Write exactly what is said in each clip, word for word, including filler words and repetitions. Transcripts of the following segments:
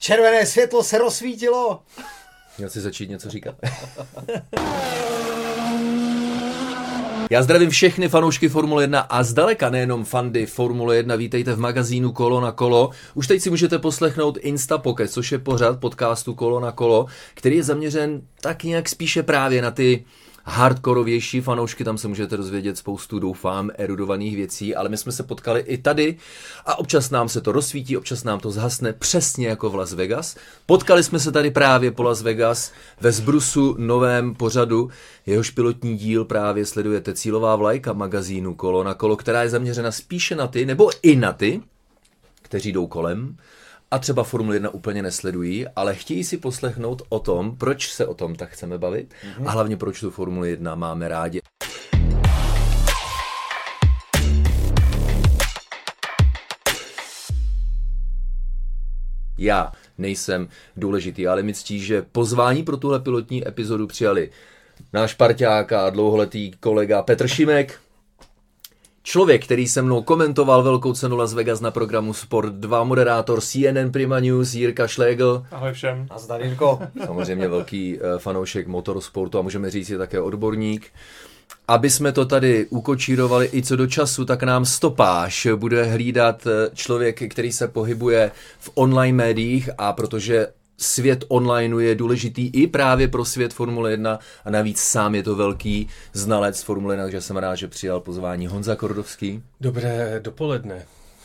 Červené světlo se rozsvítilo. Měl jsi začít něco říkat? Já zdravím všechny fanoušky Formule jedna a zdaleka nejenom fandy Formule jedna. Vítejte v magazínu Kolo na kolo. Už teď si můžete poslechnout Instapocket, což je pořad podcastu Kolo na kolo, který je zaměřen tak nějak spíše právě na ty hardkorovější fanoušky. Tam se můžete dozvědět spoustu, doufám, erudovaných věcí, ale my jsme se potkali i tady a občas nám se to rozsvítí, občas nám to zhasne, přesně jako v Las Vegas. Potkali jsme se tady právě po Las Vegas ve Zbrusu novém pořadu. Jehož pilotní díl právě sledujete, cílová vlajka magazínu Kolo na kolo, která je zaměřena spíše na ty, nebo i na ty, kteří jdou kolem a třeba Formule jedna úplně nesledují, ale chtějí si poslechnout o tom, proč se o tom tak chceme bavit mm-hmm. a hlavně proč tu Formule jedna máme rádi. Já nejsem důležitý, ale mi ctí, že pozvání pro tuhle pilotní epizodu přijali náš parťák a dlouholetý kolega Petr Šimek, člověk, který se mnou komentoval velkou cenu Las Vegas na programu Sport dva, moderátor C N N Prima News Jirka Šlégl. Ahoj všem. Nazdar, Jirko. Samozřejmě velký fanoušek motorsportu a můžeme říct, je také odborník. Aby jsme to tady ukočírovali i co do času, tak nám stopáž bude hlídat člověk, který se pohybuje v online médiích, a protože svět online je důležitý i právě pro svět Formule jedna a navíc sám je to velký znalec Formule jedna, takže jsem rád, že přijal pozvání Honza Kordovský. Dobré dopoledne.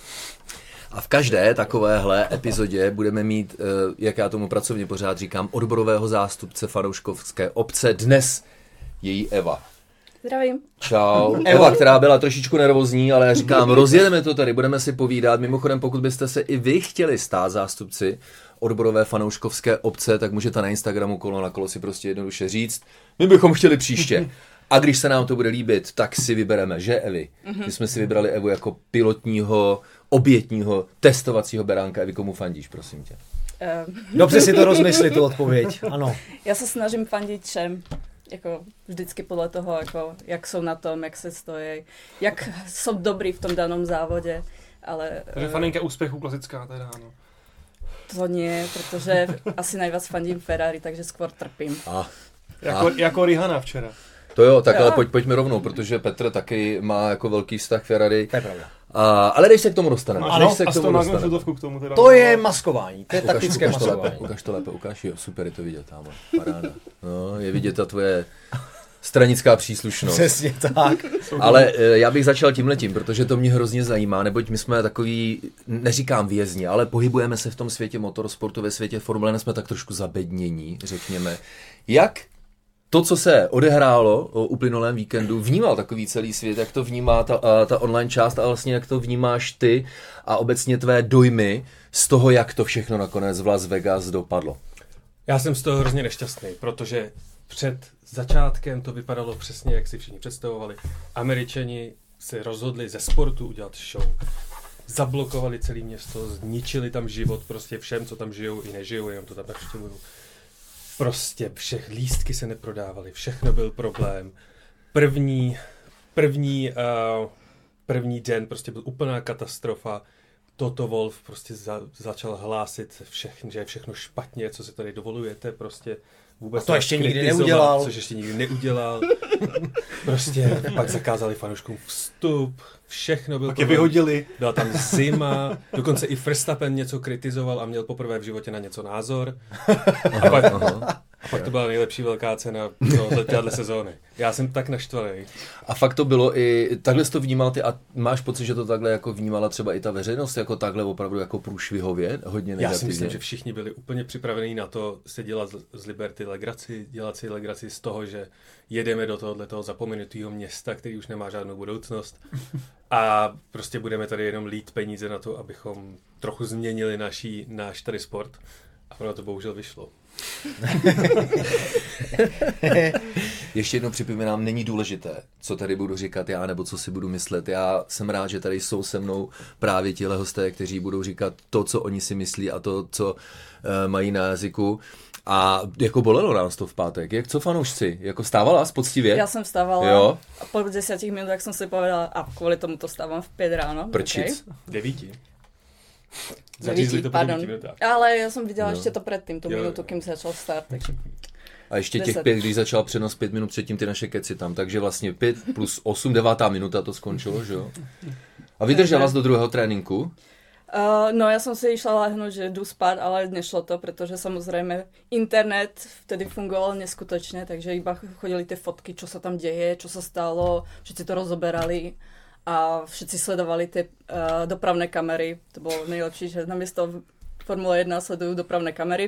A v každé takovéhle epizodě budeme mít, jak já tomu pracovně pořád říkám, odborového zástupce fanouškovské obce. Dnes její Eva. Zdravím. Čau. Eva, která byla trošičku nervózní, ale já říkám, rozjedeme to tady, budeme si povídat. Mimochodem, pokud byste se i vy chtěli stát zástupci odborové fanouškovské obce, tak můžete na Instagramu Kolo na kolo si prostě jednoduše říct, my bychom chtěli příště. A když se nám to bude líbit, tak si vybereme, že Evi? My jsme si vybrali Evu jako pilotního, obětního, testovacího beránka. Evi, komu fandíš, prosím tě? Dobře si to rozmysli, tu odpověď, ano. Já se snažím fandit všem. Jako vždycky podle toho, jako, jak jsou na tom, jak se stojí, jak jsou dobrý v tom danom závodě, ale... Takže faninka úspěchu klasická teda, ano. To nie, protože asi nejvíc fandím Ferrari, takže skôr trpím. A, jako, a. jako Rihana včera. To jo, tak jo. ale pojď, pojďme rovnou, protože Petr taky má jako velký vztah Ferrari. To je pravda. A, ale než se k tomu dostaneme. Ano, než se k tomu dostaneme. K tomu teda. To je maskování, to je Ukaž, taktické ukaž to maskování. lépe, ukaž to lépe, ukaž, jo, super, je to vidět, támo, paráda. No, je vidět ta tvoje stranická příslušnost. Přesně tak. Ale já bych začal tímhletím, protože to mě hrozně zajímá, neboť my jsme takový, neříkám vězni, ale pohybujeme se v tom světě motorsportu, ve světě Formule jedna jsme tak trošku zabednění, řekněme. Jak to, co se odehrálo o uplynulém víkendu, vnímal takový celý svět, jak to vnímá ta, ta online část a vlastně jak to vnímáš ty a obecně tvé dojmy z toho, jak to všechno nakonec v Las Vegas dopadlo? Já jsem z toho hrozně nešťastný, protože před začátkem to vypadalo přesně, jak si všichni představovali. Američani se rozhodli ze sportu udělat show. Zablokovali celé město, zničili tam život prostě všem, co tam žijou i nežijou, jenom to tam navštěvují. Prostě všech lístky se neprodávaly, všechno byl problém. První, první, uh, první den prostě byl úplná katastrofa. Toto Wolff prostě za, začal hlásit všechny, že je všechno špatně, co se tady dovolujete, prostě vůbec a to ještě nikdy neudělal. Což ještě nikdy neudělal. Prostě pak zakázali fanouškům vstup, všechno bylo. Pak je vyhodili. Byla tam zima, dokonce i Verstappen něco kritizoval a měl poprvé v životě na něco názor. A pak, a pak to byla nejlepší velká cena téhle sezóny. Já jsem tak naštvaný. A fakt to bylo i, takhle jsi to vnímal ty a máš pocit, že to takhle jako vnímala třeba i ta veřejnost, jako takhle opravdu jako průšvihově, hodně negativně? Já si myslím, že všichni byli úplně připravení na to se dělat z Liberty legraci, dělat si legraci z toho, že jedeme do tohoto zapomenutého města, který už nemá žádnou budoucnost a prostě budeme tady jenom lít peníze na to, abychom trochu změnili naší, náš tady sport a ono to bohužel vyšlo. Ještě jednou připomínám, není důležité, co tady budu říkat já, nebo co si budu myslet. Já jsem rád, že tady jsou se mnou právě tihle hosté, kteří budou říkat to, co oni si myslí a to, co uh, mají na jazyku. A jako bolelo nás to v pátek. Jak co fanoušci? Jako stávala poctivě? Já jsem vstávala jo? a po deseti minutách jsem si povedala, a kvůli tomu to stávám v pět ráno. Prčic. Okay. Devíti. Zařízli to po devíti minutách. Ale já jsem viděla no. ještě to předtím, tu jo. minutu, kým začal start, takže... A ještě těch deset. pět, když začal přenos pět minut předtím ty naše keci tam, takže vlastně pět plus osm, devátá minuta to skončilo, že jo? A vydržela jsi do druhého tréninku? Uh, no já jsem si išla lehnout, že jdu spát, ale nešlo to, protože samozřejmě internet vtedy fungoval neskutečně, takže iba chodili ty fotky, čo se tam děje, čo se stalo, všichni to rozoberali a všichni sledovali ty uh, dopravné kamery. To bylo nejlepší, že namiesto Formule jedna sledují dopravné kamery.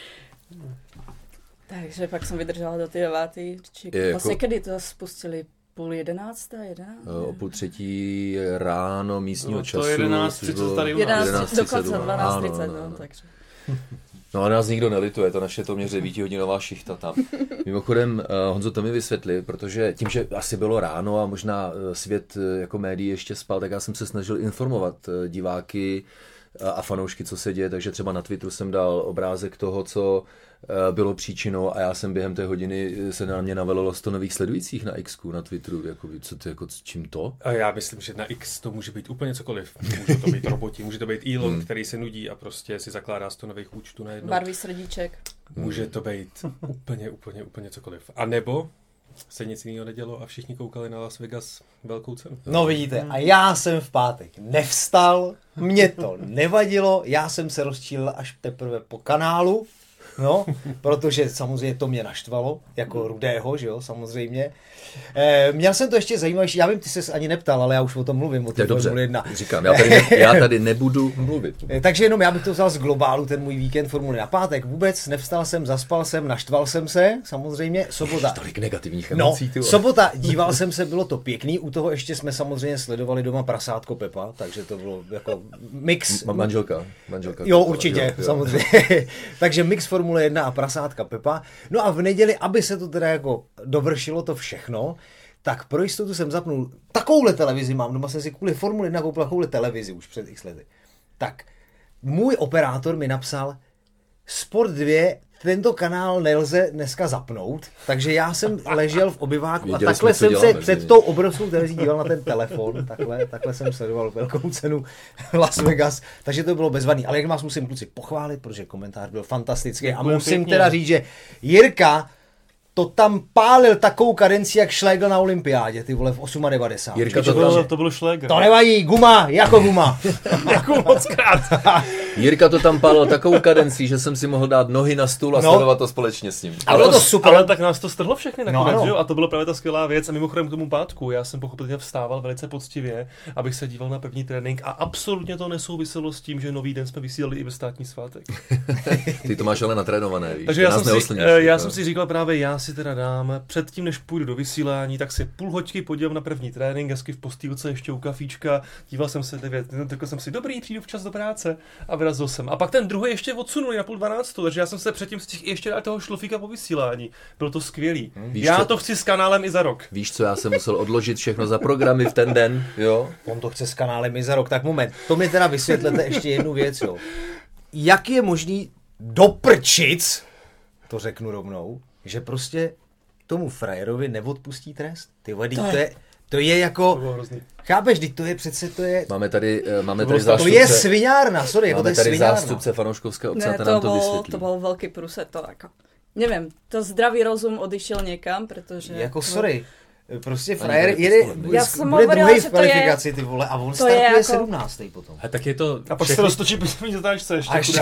Takže pak jsem vydržela do ty devátý. Či vlastně jako... kedy to spustili? Půl jedenácté, jedenáct? O půl třetí ráno místního no, času. To je jedenáct třicet tady u nás. jedenáct, dokonce dvanáct třicet, no, takže. No a nás nikdo nelituje, to naše to měře devítihodinová šichta tam. Mimochodem, uh, Honzo, to mi vysvětli, protože tím, že asi bylo ráno a možná uh, svět uh, jako médií ještě spal, tak já jsem se snažil informovat uh, diváky uh, a fanoušky, co se děje, takže třeba na Twitteru jsem dal obrázek toho, co uh, bylo příčinou a já jsem během té hodiny se na mě navelilo sto nových sledujících na X-ku, na Twitteru, jako, co to, jako, čím to? A já myslím, že na X to může být úplně cokoliv. Může to být roboti, může to být Elon, hmm. který se nudí a prostě si zakládá sto nových účtů na jedno. Barví srdíček. Může to být úplně, úplně, úplně cokoliv. A nebo se nic jiného nedělo a všichni koukali na Las Vegas velkou cenu. No vidíte, a já jsem v pátek nevstal, mě to nevadilo, já jsem se rozčílil až teprve po kanálu, no, protože samozřejmě to mě naštvalo, jako rudého, že jo, samozřejmě. E, měl jsem to ještě zajímavější, já vím, ty ses ani neptal, ale já už o tom mluvím, o té Formule jedna. Říkám, já tady, ne, já tady nebudu mluvit. E, takže jenom já bych to vzal z globálu, ten můj víkend Formule na pátek. Vůbec nevstal jsem, zaspal jsem, naštval jsem se, samozřejmě. Sobota. Tolik negativních No, emocí. Ty sobota, díval jsem se, bylo to pěkný, u toho ještě jsme samozřejmě sledovali doma Prasátko Pepa, takže to bylo jako mix. Ma- manželka, manželka. Jo, určitě, jo, jo. Samozřejmě. Takže mix Formule jedna a Prasátka Pepa. No a v neděli, aby se to teda jako dovršilo to všechno, tak pro jistotu jsem zapnul takovouhle televizi, mám doma, jsem si kvůli Formule jedna koupil takovouhle televizi už před x lety. Tak můj operátor mi napsal, Sport dva, tento kanál nelze dneska zapnout, takže já jsem ležel v obyváku a takhle jsem se před tou obrovskou televizí díval na ten telefon, takhle, takhle jsem sledoval velkou cenu Las Vegas, takže to bylo bezvadný. Ale jak vás musím kluci pochválit, protože komentář byl fantastický a musím teda říct, že Jirka to tam pálil takovou kadenci, jak Schlegel na olympiádě, ty vole, v devadesát osm. Jirka to, to, bylo, to byl Schlegel. To nevadí, guma, jako guma. Děkuju moc krát. Jirka to tam pálil takovou kadencí, že jsem si mohl dát nohy na stůl a no. sledovat to společně s ním. Ale bylo to super. Ale tak nás to strhlo všechny nakonec, no, že jo? A to byla právě ta skvělá věc. A mimochodem k tomu pátku, já jsem pochopitelně vstával velice poctivě, abych se díval na pevný trénink a absolutně to nesouviselo s tím, že nový den jsme vysílali i ve státní svátek. Ty to máš ale natrénované, víš. Takže já, jsem si, já jsem si říkal právě, já si teda dám předtím, než půjdu do vysílání, tak si půl hoďky podívám na první trénink, hezky v postýlce, ještě u kafíčka, díval jsem se devět, řekl jsem si, dobrý, přijdu včas do práce a vyrazil jsem. A pak ten druhý ještě odsunuli na půl dvanáctou, takže já jsem se předtím stihl ještě dát toho šlofíka po vysílání. Bylo to skvělý. Víš, já co? To chci s kanálem i za rok. Víš co, já jsem musel odložit všechno za programy v ten den, jo? On to chce s kanálem i za rok, tak moment, to mi teda vysvětlete ještě jednu věc, jo. Jak je možný doprčic, to řeknu rovnou, že prostě tomu frajerovi neodpustí trest? Ty vole, to, to je, to je jako, to chápeš, to je přece, to je... Máme tady, máme to tady zástupce... To je sviňárna, sorry, jako máme to je tady sviňárna. zástupce fanouškovského obce, ne, to to nám to bol, vysvětlí. To byl velký průset, to jako... Nevím, to zdravý rozum odišel někam, protože... Jako sorry, prostě frajer jede, já jsem bude hovorila, druhý že v to je... kvalifikaci, ty vole, a on to startuje je jako... sedmnáctý potom. A tak je to... A pak všechny... se roztočí písemní zatáčce ještě. A ještě,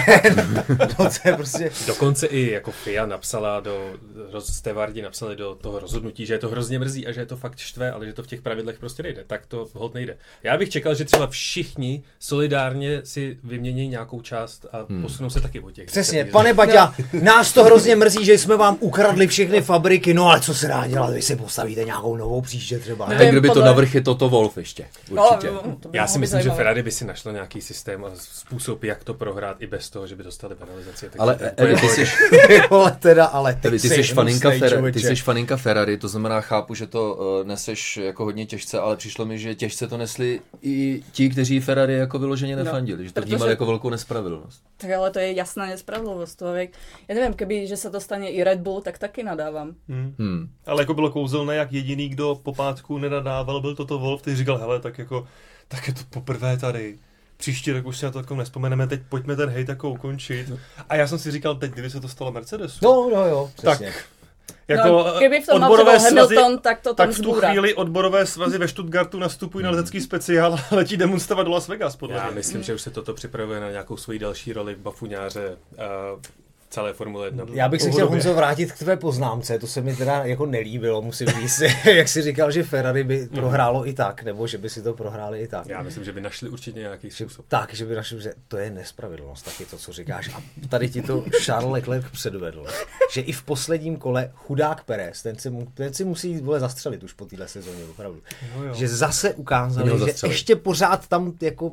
no to je prostě... Dokonce i jako F I A napsala do, Stevardi napsali do toho rozhodnutí, že je to hrozně mrzí a že je to fakt štve, ale že to v těch pravidlech prostě nejde. Tak to hod nejde. Já bych čekal, že třeba všichni solidárně si vymění nějakou část a hmm. posunou se taky o těch. Přesně, pane Baťa, no. Nás to hrozně mrzí, že jsme vám ukradli všechny fabriky, no ale co se dá dělat, vy si postavíte nějakou novou příště třeba. A tak kdyby to navrch je Toto Wolf ještě, určitě. No, to já si myslím, že Ferrari by si našlo nějaký systém a způsob, jak to prohrát i bez toho, že by dostali penalizaci. Ale Evi, ty jsi teda, ale ty, ty jsi faninka Ferrari, ty jsi faninka Ferrari, to znamená, chápu, že to uh, neseš jako hodně těžce, ale přišlo mi, že těžce to nesli i ti, kteří Ferrari jako vyloženě nefandili, no, že to vnímali protože... jako velkou nespravedlnost. Tak ale to je jasná nespravedlnost. Já nevím, keby, že se to stane i Red Bull, tak taky nadávám. Hmm. Hmm. Ale jako bylo kouzelné, jak jediný, kdo po pátku nenadával, byl Toto Wolf, který říkal, hele, tak jako, tak je to poprvé tady. Příští rok už si na to jako nespomeneme, teď pojďme ten hejt jako ukončit. A já jsem si říkal, teď kdyby se to stalo Mercedesu. No, no jo, přesně. Tak, jako No, kdyby v tom mal odborové třeba svazy, Hamilton, tak to tam tak v tu zbůrá. chvíli odborové svazy ve Stuttgartu nastupují na letecký speciál a letí demonstrovat do Las Vegas, podle Já mě. myslím, že už se toto připravuje na nějakou svoji další roli v bafuňáře uh, celé Formule jedna. Já bych se chtěl, Honzo, vrátit k tvé poznámce, to se mi teda jako nelíbilo, musím říct, jak jsi říkal, že Ferrari by prohrálo i tak, nebo že by si to prohráli i tak. Já myslím, že by našli určitě nějaký způsob. Tak, že by našli, že to je nespravedlnost, taky to, co říkáš. A tady ti to Charles Leclerc předvedl, že i v posledním kole chudák Perez, ten si, mu, ten si musí vole zastřelit už po téhle sezóně, opravdu. No jo. Že zase ukázali, Měl že zastřelit. ještě pořád tam jako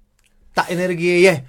ta energie je.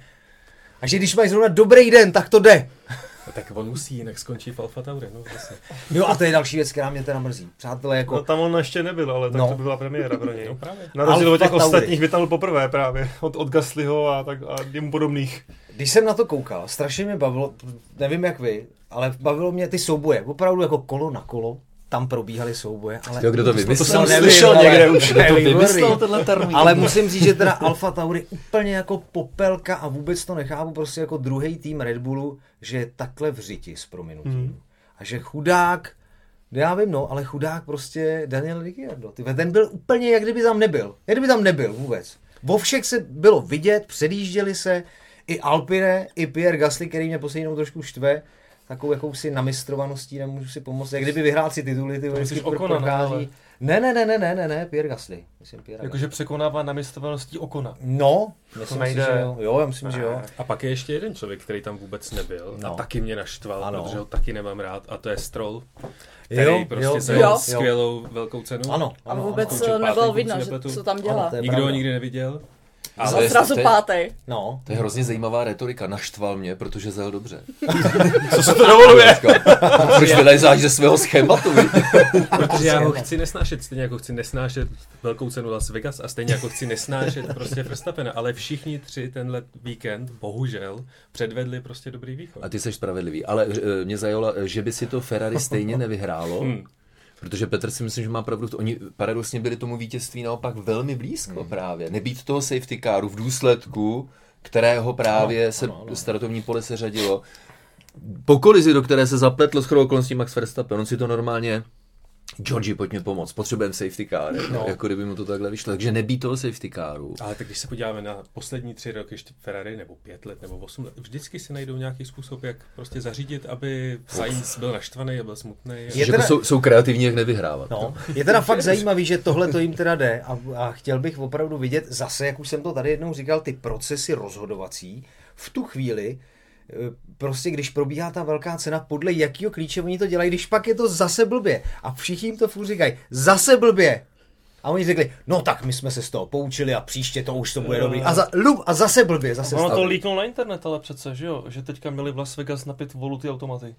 A že když mají zrovna dobrý den, tak to jde. No, tak on musí, jinak skončí v Alfa Tauri. No, zase. Jo, a to je další věc, která mě teda mrzí. Přátelé, jako... No tam on ještě nebyl, ale tak No. to by byla premiéra pro něj. No právě. Na rozdíl od těch Alfa Tauri. ostatních, by tam byl poprvé právě, od, od Gaslyho a, tak, a jemu podobných. Když jsem na to koukal, strašně mě bavilo, nevím jak vy, ale bavilo mě ty souboje, opravdu jako kolo na kolo, tam probíhaly souboje, ale... Jo, kdo to vymyslel? jsem Nevím, slyšel ale někde už. Kdo to Výborný. vymyslel, tenhle termín? Ale musím říct, že teda Alfa Tauri úplně jako popelka a vůbec to nechápu prostě jako druhý tým Red Bullu, že je takhle v řiti s prominutím. Mhm. A že chudák, já vím no, ale chudák prostě Daniel Ricciardo, ty, ten byl úplně jak kdyby tam nebyl, jak kdyby tam nebyl vůbec. Vo všech se bylo vidět, předjížděli se, i Alpine, i Pierre Gasly, který mě poslední trošku štve, takovou jakousi namistrovaností, nemůžu si pomoct, jak kdyby vyhrál si tituly, ty vždycky myslíš Ocona, prochází. Ne, ne, ne, ne, ne, ne, ne, Pierre Gasly. Myslím Pierre Jakože překonává namistovaností Okona. No, myslím si, nejde. že jo. Jo, já myslím, že jo. A pak je ještě jeden člověk, který tam vůbec nebyl No. a taky mě naštval, Ano. protože ho taky nemám rád, a to je Stroll, který Jo, prostě jo, zajel jo. skvělou velkou cenu. Ano, A ano, vůbec ano. skončil nebylo pátý, vidno, pokud že, nepletu. co tam Ano, dělá. to je Nikdo ho pravda. nikdy neviděl. A Ale zrazu to je- pátý. No, To je hrozně zajímavá retorika. Naštval mě, protože zajel dobře. Co se to dovoluje? Proč vylezáš ze svého schématu? Protože já ho chci nesnášet, stejně jako chci nesnášet velkou cenu Las Vegas a stejně jako chci nesnášet prostě Verstappena, ale všichni tři tenhle víkend, bohužel, předvedli prostě dobrý východ. A ty jsi spravedlivý. Ale eh, mě zajalo, že by si to Ferrari stejně nevyhrálo. Hmm. Protože Petr si myslím, že má pravdu. Oni paradoxně byli tomu vítězství naopak velmi blízko Hmm. právě. Nebýt toho safety caru v důsledku, kterého právě Ano, se ano, ano. startovní pole se řadilo. Po kolizi, do které se zapletl shodou okolností Max Verstappen, on si to normálně Georgi, pojď mi pomoct, potřebujeme safety car, no. Jako kdyby mu to takhle vyšlo. Takže nebýt toho safety caru. Ale tak když se podíváme na poslední tři roky ještě Ferrari, nebo pět let, nebo osm let, vždycky si najdou nějaký způsob, jak prostě zařídit, aby Sainz byl naštvaný a byl smutný. Je Je teda- jako jsou, jsou kreativní, jak nevyhrávat. no. Je teda fakt zajímavý, že tohle to jim teda jde a, a chtěl bych opravdu vidět zase, jak už jsem to tady jednou říkal, ty procesy rozhodovací v tu chvíli, e, prostě když probíhá ta velká cena, podle jakého klíče oni to dělají, když pak je to zase blbě. A všichni jim to furt říkají, zase blbě. A oni řekli, no tak my jsme se z toho poučili a příště to už to bude dobrý. A, za, lup, a zase blbě, zase Ono to stavili. líknul na internet, ale přece, že jo? Že teďka měli v Las Vegas na pět volů ty automaty.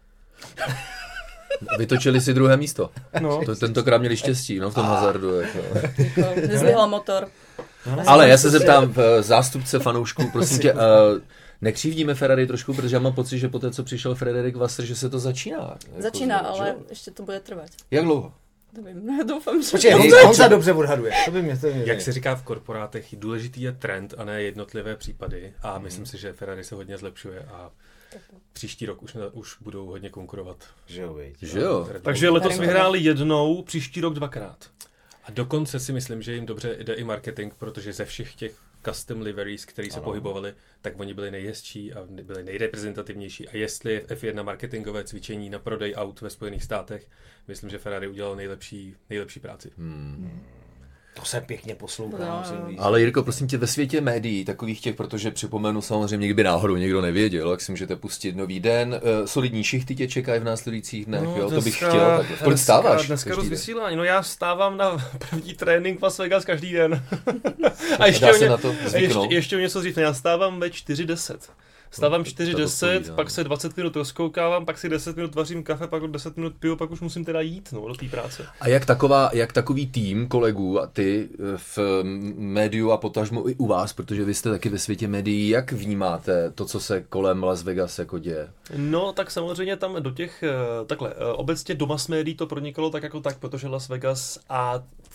Vytočili si druhé místo. No. To tentokrát měli štěstí, no, v tom hazardu. Jako. Jako, Nezvyhl motor. Ale já se zeptám eh, zástupce fanoušků, prosím tě, uh, nekřívdíme Ferrari trošku, protože já mám pocit, že po té, co přišel Frederik Vassar, že se to začíná. Jako Začíná, znovu, ale že? ještě to bude trvat. Jak dlouho? Nevím, doufám, že... Počkej, No, on, to je- on se dobře odhaduje. To by mě, to by mě Jak se říká v korporátech, důležitý je trend a ne jednotlivé případy. A myslím si, že Ferrari se hodně zlepšuje a příští rok už, ne, už budou hodně konkurovat. že jo, viď. Že jo? Red Bull. Takže letos Tady vyhráli jednou, příští rok dvakrát. A dokonce si myslím, že jim dobře jde i marketing, protože ze všech těch custom liveries, které se Ano. pohybovali, tak oni byli nejjezdčí a byli nejreprezentativnější. A jestli je F jedna marketingové cvičení na prodej aut ve Spojených státech, myslím, že Ferrari udělal nejlepší, nejlepší práci. Hmm. To se pěkně poslouchá, No, musím no. říct. Ale Jirko, prosím tě, ve světě médií, takových těch, protože připomenu samozřejmě, kdyby náhodou někdo nevěděl, jak si můžete pustit Nový den, uh, solidní šichty tě čekají v následujících dnech, No, jo, to bych dneska- chtěl. Tak, kolik stáváš? Dneska každý den? rozvysílání. No já stávám na první trénink v Las Vegas každý den. a A ještě, dá o se ně, na to a zvyknout? ještě, ještě o něco dřív. Já stávám ve čtyři deset. Stávám No, to- čtyři to to deset, povídám. pak se dvacet minut rozkoukávám, pak si deset minut vařím kafe, pak deset minut piju, pak už musím teda jít no, do té práce. A jak, taková, jak takový tým kolegů a ty v médiu a potažmo i u vás, protože vy jste taky ve světě médií, jak vnímáte to, co se kolem Las Vegas jako děje? No, tak samozřejmě tam do těch, eh, takhle, eh, obecně do mass médií to pronikalo tak jako tak, protože Las Vegas a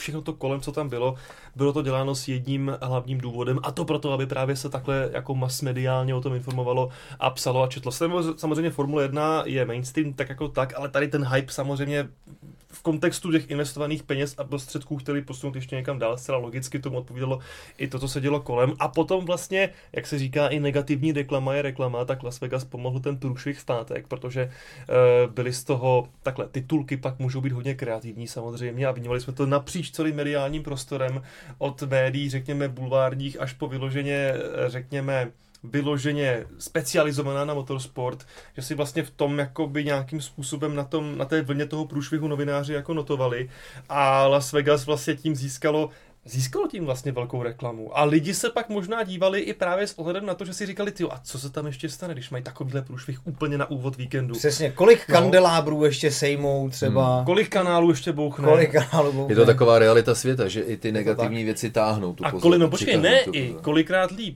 všechno to kolem, co tam bylo, bylo to děláno s jedním hlavním důvodem, a to proto, aby právě se takhle jako masmediálně o tom informovalo a psalo a četlo. Samozřejmě Formule jedna je mainstream tak jako tak, ale tady ten hype samozřejmě v kontextu těch investovaných peněz a prostředků chtěli posunout ještě někam dál, zcela logicky tomu odpovídalo i to, co se dělo kolem. A potom vlastně, jak se říká, i negativní reklama je reklama, tak Las Vegas pomohl ten průšvih v pátek, protože uh, byly z toho takhle, titulky pak můžou být hodně kreativní samozřejmě a vnímali jsme to napříč celým mediálním prostorem od médií, řekněme, bulvárních až po vyloženě, řekněme, vyloženě specializovaná na motorsport, že si vlastně v tom jakoby nějakým způsobem na, tom, na té vlně toho průšvihu novináři jako notovali a Las Vegas vlastně tím získalo Získalo tím vlastně velkou reklamu. A lidi se pak možná dívali i právě s ohledem na to, že si říkali, tyjo, a co se tam ještě stane, když mají takovýhle průšvih úplně na úvod víkendu. Přesně, kolik no. kandelábrů ještě sejmou třeba. Hmm. Kolik kanálů ještě bouchne. Kolik kanálů bouchne. Je to taková realita světa, že i ty negativní věci táhnou tu A pozornost. kolik, no počkej, ne, tu, i kolikrát líp.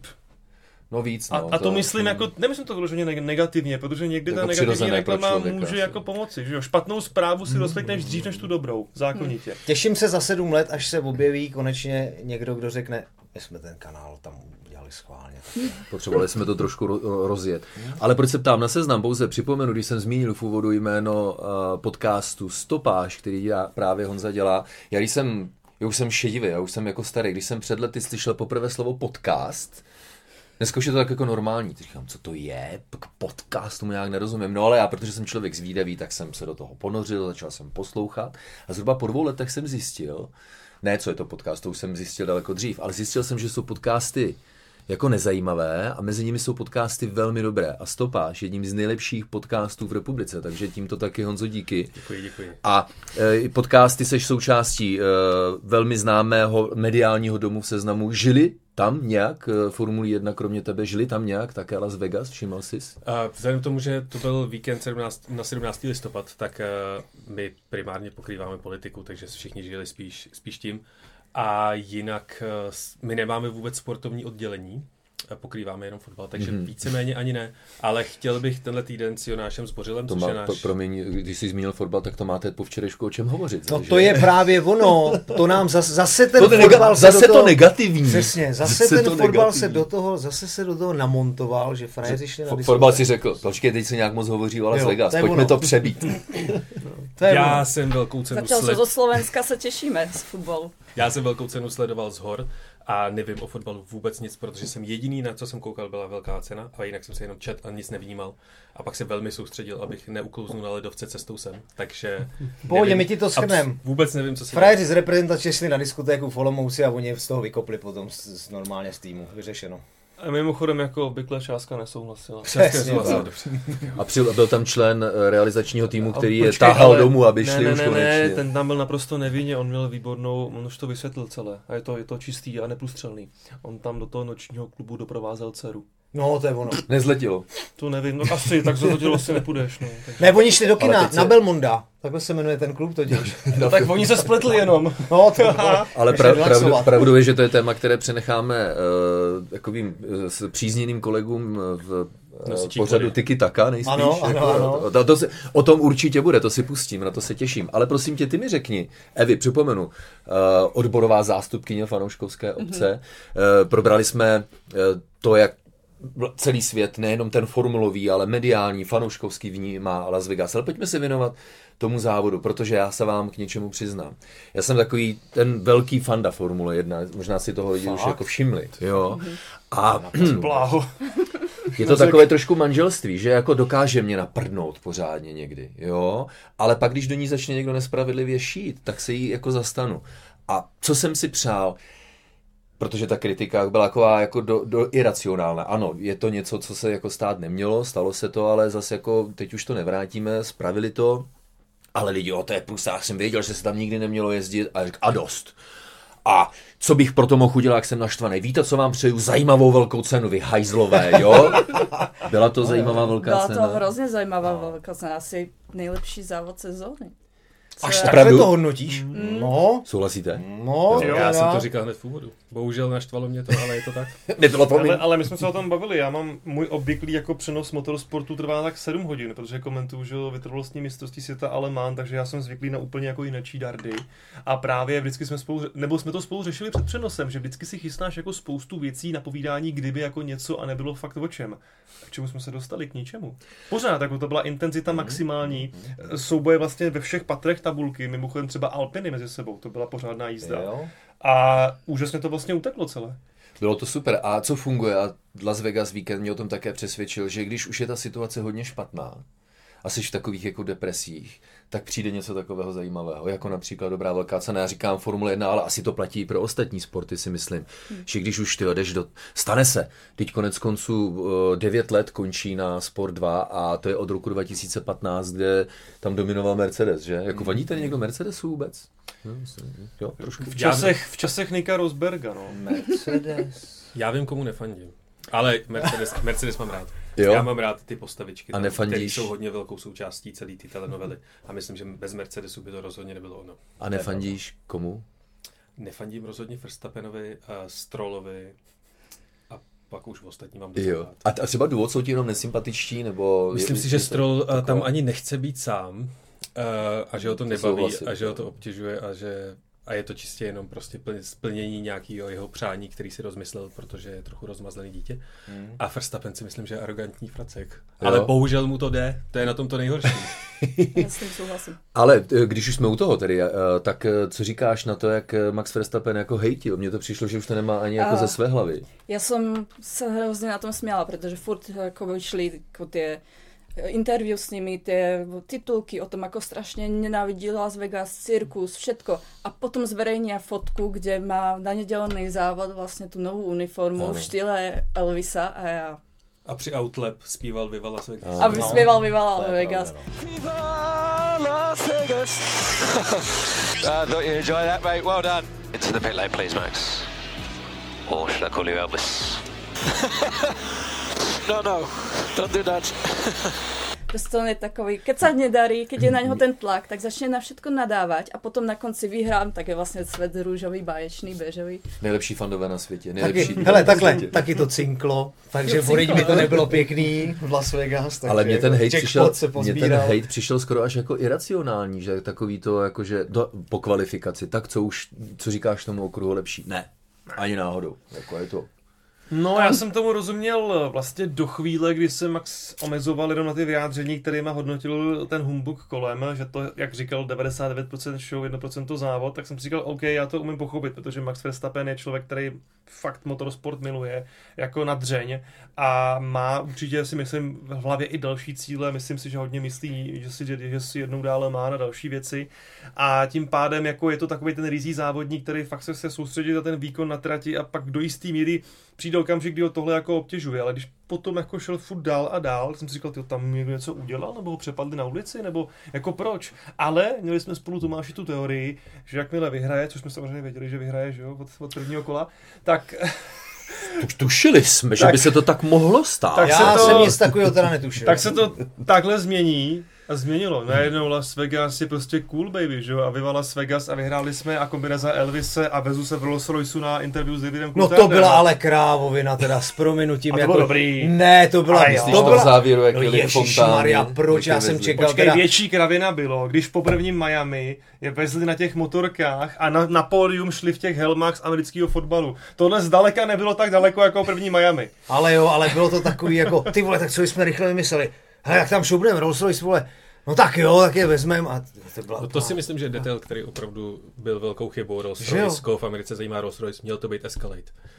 No víc, no. A, a to, to myslím jako, nemyslím to vyloženě negativně, protože někdy jako ta negativní reklama člověka, může asi. jako pomoci, že jo? Špatnou zprávu si rozklikneš dřív než tu dobrou, zákonitě. Těším se za sedm let, až se objeví konečně někdo, kdo řekne, my jsme ten kanál tam udělali schválně. Potřebovali jsme to trošku rozjet. Ale proč se ptám na Seznam, pouze připomenu, když jsem zmínil v úvodu jméno uh, podcastu Stopáž, který dělá, právě Honza dělá. Já když jsem, já už jsem šedivý, já už jsem jako starý, když jsem před lety slyšel poprvé slovo podcast, dneska už je to tak jako normální. Teď říkám, co to je? Podcast, tomu nějak nerozumím. No ale já, protože jsem člověk zvídavý, tak jsem se do toho ponořil, začal jsem poslouchat. A zhruba po dvou letech jsem zjistil, ne, co je to podcast, to už jsem zjistil daleko dřív, ale zjistil jsem, že jsou podcasty jako nezajímavé a mezi nimi jsou podcasty velmi dobré. A Stopáž je jedním z nejlepších podcastů v republice, takže tímto taky, Honzo, díky. Děkuji, děkuji. A e, podcasty seš součástí e, velmi známého mediálního domu v Seznamu. Žili tam nějak Formule jedna, kromě tebe, žili tam nějak také Las Vegas, všiml jsi? A vzhledem k tomu, že to byl víkend sedmnáct, na sedmnáctého listopad, tak uh, my primárně pokrýváme politiku, takže všichni žili spíš, spíš tím. A jinak uh, my nemáme vůbec sportovní oddělení, pokrýváme jenom fotbal, takže mm-hmm. víceméně ani ne. Ale chtěl bych tenhle týden s Jonášem Zbořilem, to což má, je náš... to, promiň, když jsi zmínil fotbal, tak to máte po včerejšku o čem hovořit. No že? to je právě ono, to nám zase, zase ten to fotbal nega- se zase do toho... to negativní. Přesně, zase, zase ten fotbal negativní. se do toho, zase se do toho namontoval, že frajeři šli na diskuse. Fotbal si řekl, počkej, teď se nějak moc hovoří o Las jo, Vegas, pojďme ono. to přebít. to je Já ono. jsem velkou cenu Začal sled... se do Slovenska se těšíme z fotbalu. Já jsem velkou cenu sledoval z hor a nevím o fotbalu vůbec nic, protože jsem jediný, na co jsem koukal, byla velká cena, a jinak jsem se jenom čet a nic nevnímal. A pak se velmi soustředil, abych neuklouznul na ledovce cestou sem. Takže pohodě, my ti to shrneme. Abs- vůbec nevím, co se Frajeři z reprezentace šli na diskotéku v Olomouci a oni z toho vykopli potom z, z normálně z týmu. Vyřešeno. A mimochodem jako obvykle Částka nesouhlasila. Přesně, a při, byl tam člen realizačního týmu, který a je počkej, táhal ale... domů, aby ne, šli ne, už ne, konečně. Ne, ten tam byl naprosto nevinně, on měl výbornou, on už to vysvětlil celé. A je to, je to čistý a neprůstřelný. On tam do toho nočního klubu doprovázel dceru. No, to je ono. Nezletilo. To nevím, no asi, tak za to dělo asi nepůjdeš. No, takže... Ne, oni šli do kina, se... na Belmonda. Takhle se jmenuje ten klub totiž. No tak oni se spletli jenom. No, to, to, ale pra, pravdu, pravdu je, že to je téma, které přenecháme uh, takovým uh, s přízněným kolegům v uh, pořadu Tiki Taka, nejspíš. Ano, ano, jako, ano. To, to se, o tom určitě bude, to si pustím, na to se těším. Ale prosím tě, ty mi řekni, Evi, připomenu, uh, odborová zástupkyně fanouškovské obce, mm-hmm. uh, probrali jsme uh, to, jak celý svět, nejenom ten formulový, ale mediální, fanouškovský vnímá Las Vegas. Ale pojďme se věnovat tomu závodu, protože já se vám k něčemu přiznám. Já jsem takový ten velký fanda Formule jedna, možná si toho lidi už jako všimli. Jo. A je to takové trošku manželství, že jako dokáže mě naprdnout pořádně někdy, jo. Ale pak, když do ní začne někdo nespravedlivě šít, tak se jí jako zastanu. A co jsem si přál, protože ta kritika byla taková jako do, do iracionálna. Ano, je to něco, co se jako stát nemělo, stalo se to, ale zase jako teď už to nevrátíme, spravili to, ale lidi, o to je průsách, jsem věděl, že se tam nikdy nemělo jezdit a řekl, a dost. A co bych proto mohl udělat, jak jsem naštvaný? Víte, co vám přeju? Zajímavou velkou cenu, vy hajzlové, jo? Byla to zajímavá velká Byla cena? Byla to hrozně zajímavá velká cena, asi nejlepší závod sezóny. Až Co- takhle to hodnotíš? Mm. No, Souhlasíte? no. Jo, já teda. jsem to říkal hned v úvodu. Bohužel naštvalo mě to, ale je to tak. Nebylo to Ale, ale my jsme se o tom bavili, já mám můj obvyklý jako přenos motorsportu trvá tak sedm hodin, protože komentuju, že vytrvalostní mistrovství světa ale mám, takže já jsem zvyklý na úplně jako jinačí dardy. A právě vždycky jsme spolu, nebo jsme to spolu řešili před přenosem, že vždycky si chystáš jako spoustu věcí na povídání, kdyby jako něco a nebylo fakt o čem. K čemu jsme se dostali? K ničemu. Pořád, jako to byla intenzita maximální, souboje vlastně ve všech patrech tabulky, mimochodem třeba Alpiny mezi sebou, to byla pořádná jízda. Jo. A úžasně to vlastně uteklo celé. Bylo to super. A co funguje? A Las Vegas Weekend mě o tom také přesvědčil, že když už je ta situace hodně špatná a jsi v takových jako depresích, tak přijde něco takového zajímavého, jako například dobrá velká cena. Já říkám Formule jedna, ale asi to platí i pro ostatní sporty, si myslím. Hmm. Že když už ty jdeš do... Stane se. Teď konec konců devět let končí na Sport dva a to je od roku dva tisíce patnáct, kde tam dominoval Mercedes, že? Jako Hmm. vadí tady někdo Mercedesu vůbec? No, myslím, jo, trošku. V časech, v časech Nika Rosberga, no. Mercedes. Já vím, komu nefandím. Ale Mercedes, Mercedes mám rád. Jo? Já mám rád ty postavičky, A nefandíš? které jsou hodně velkou součástí celé té telenovely. A myslím, že bez Mercedesu by to rozhodně nebylo ono. A nefandíš komu? Nefandím rozhodně Verstappenovi, uh, Strollovi a pak už v ostatní mám docela Jo. rád. A, a třeba důvod jsou ti jenom nesympatičtí, nebo... Myslím je, si, že je to Stroll uh, taková- tam ani nechce být sám uh, a že ho to To nebaví souhlasím, a že ho no. to obtěžuje a že a je to čistě jenom prostě plně- splnění nějakého jeho přání, který si rozmyslel, protože je trochu rozmazlený dítě. Hmm. A Verstappen si myslím, že je arrogantní fracek. Jo. Ale bohužel mu to jde, to je na tom to nejhorší. Já s tím souhlasím. Ale eh, když už jsme u toho tedy, eh, tak eh, co říkáš na to, jak eh, Max Verstappen jako hejtil? Mně to přišlo, že už to nemá ani jako A- ze své hlavy. Ja som sa hrozne na tom smiala, pretože furt ako vyšli ako tie interview s nimi, tie titulky o tom, ako strašne nenávidí Las Vegas, cirkus, všetko. A potom zverejnia fotku, kde má na nedeľný závod vlastne tú novú uniformu Áno. v štýle Elvisa a ja... A při Outlap zpíval Viva Las Vegas. A vyspieval Viva Las To je Vegas. pravda, no. Las Vegas. I thought you enjoyed that, mate. Well done. Into the pit lane, please, Max. Or should I call you Elvis? no, no. Don't do that. Proste on je takový, keď sa nedarí, keď je na ňo ten tlak, tak začne na všetko nadávať a potom na konci vyhrám, tak je vlastne svet rúžový, báječný, bežový. Nejlepší fandové na světě. Nejlepší Taky, hele, takhle, taky to cinklo, takže Jo, vodeď cinklo. mi to nebylo pěkný v Las Vegas. Takže Ale mně ten hate jackpot přišel, se mně ten pozbíral. hate přišel skoro až jako iracionální, že takový to jakože do, po kvalifikaci, tak co už, co říkáš tomu okruhu lepší? Ne, ani náhodou, jako je to. No, já jsem tomu rozuměl vlastně do chvíle, kdy se Max omezoval jenom na ty vyjádření, kterýma hodnotil ten humbug kolem, že to, jak říkal, devadesát devět procent show, jedna procent závod, tak jsem si říkal, OK, já to umím pochopit, protože Max Verstappen je člověk, který fakt motorsport miluje, jako na dřeň a má určitě si myslím v hlavě i další cíle, myslím si, že hodně myslí, že si, že si jednou dále má na další věci a tím pádem jako je to takový ten rizí závodník, který fakt se chce soustředit na ten výkon na trati a pak do jistý míry přijde okamžik, kdy ho tohle jako obtěžuje, ale když potom jako šel furt dál a dál, jsem si říkal, tyjo, tam někdo něco udělal, nebo ho přepadli na ulici, nebo jako proč? Ale měli jsme spolu Tomáši tu teorii, že jakmile vyhraje, což jsme samozřejmě věděli, že vyhraje, že jo, od, od prvního kola, tak... Už tušili jsme, že Tak- by se to tak mohlo stát. tak Já se to- jsem nic takového teda netušil. tak se to takhle změní a změnilo. Najednou Las Vegas je prostě cool baby, že jo, a Viva Las Vegas a vyhráli jsme a kombinace Elvise a vezu se v Rolls Royceu na interview s Davidem No Coulthardem. to byla ale krávovina, teda s prominutím. A to jako... bylo dobrý. Ne, to byla... A jo. Myslíš to to byla... v závěru, jak No jeli ježišmarja, fontány, proč? jak je Já jsem vezli. čekal Počkej, teda... větší kravina bylo, když po prvním Miami je vezli na těch motorkách a na, na pódium šli v těch helmách z amerického fotbalu. Tohle zdaleka nebylo tak daleko jako první Miami. Ale jo, ale bylo to takový jako, ty vole, tak co jsme rychle vymysleli? Hele, jak tam šoubneme, Rolls Royce, vole, no tak jo, tak je vezmeme a to byla... No to si myslím, že je detail, který opravdu byl velkou chybou Rolls Že jo? Royce. Koho v Americe zajímá Rolls Royce, měl to být Escalade.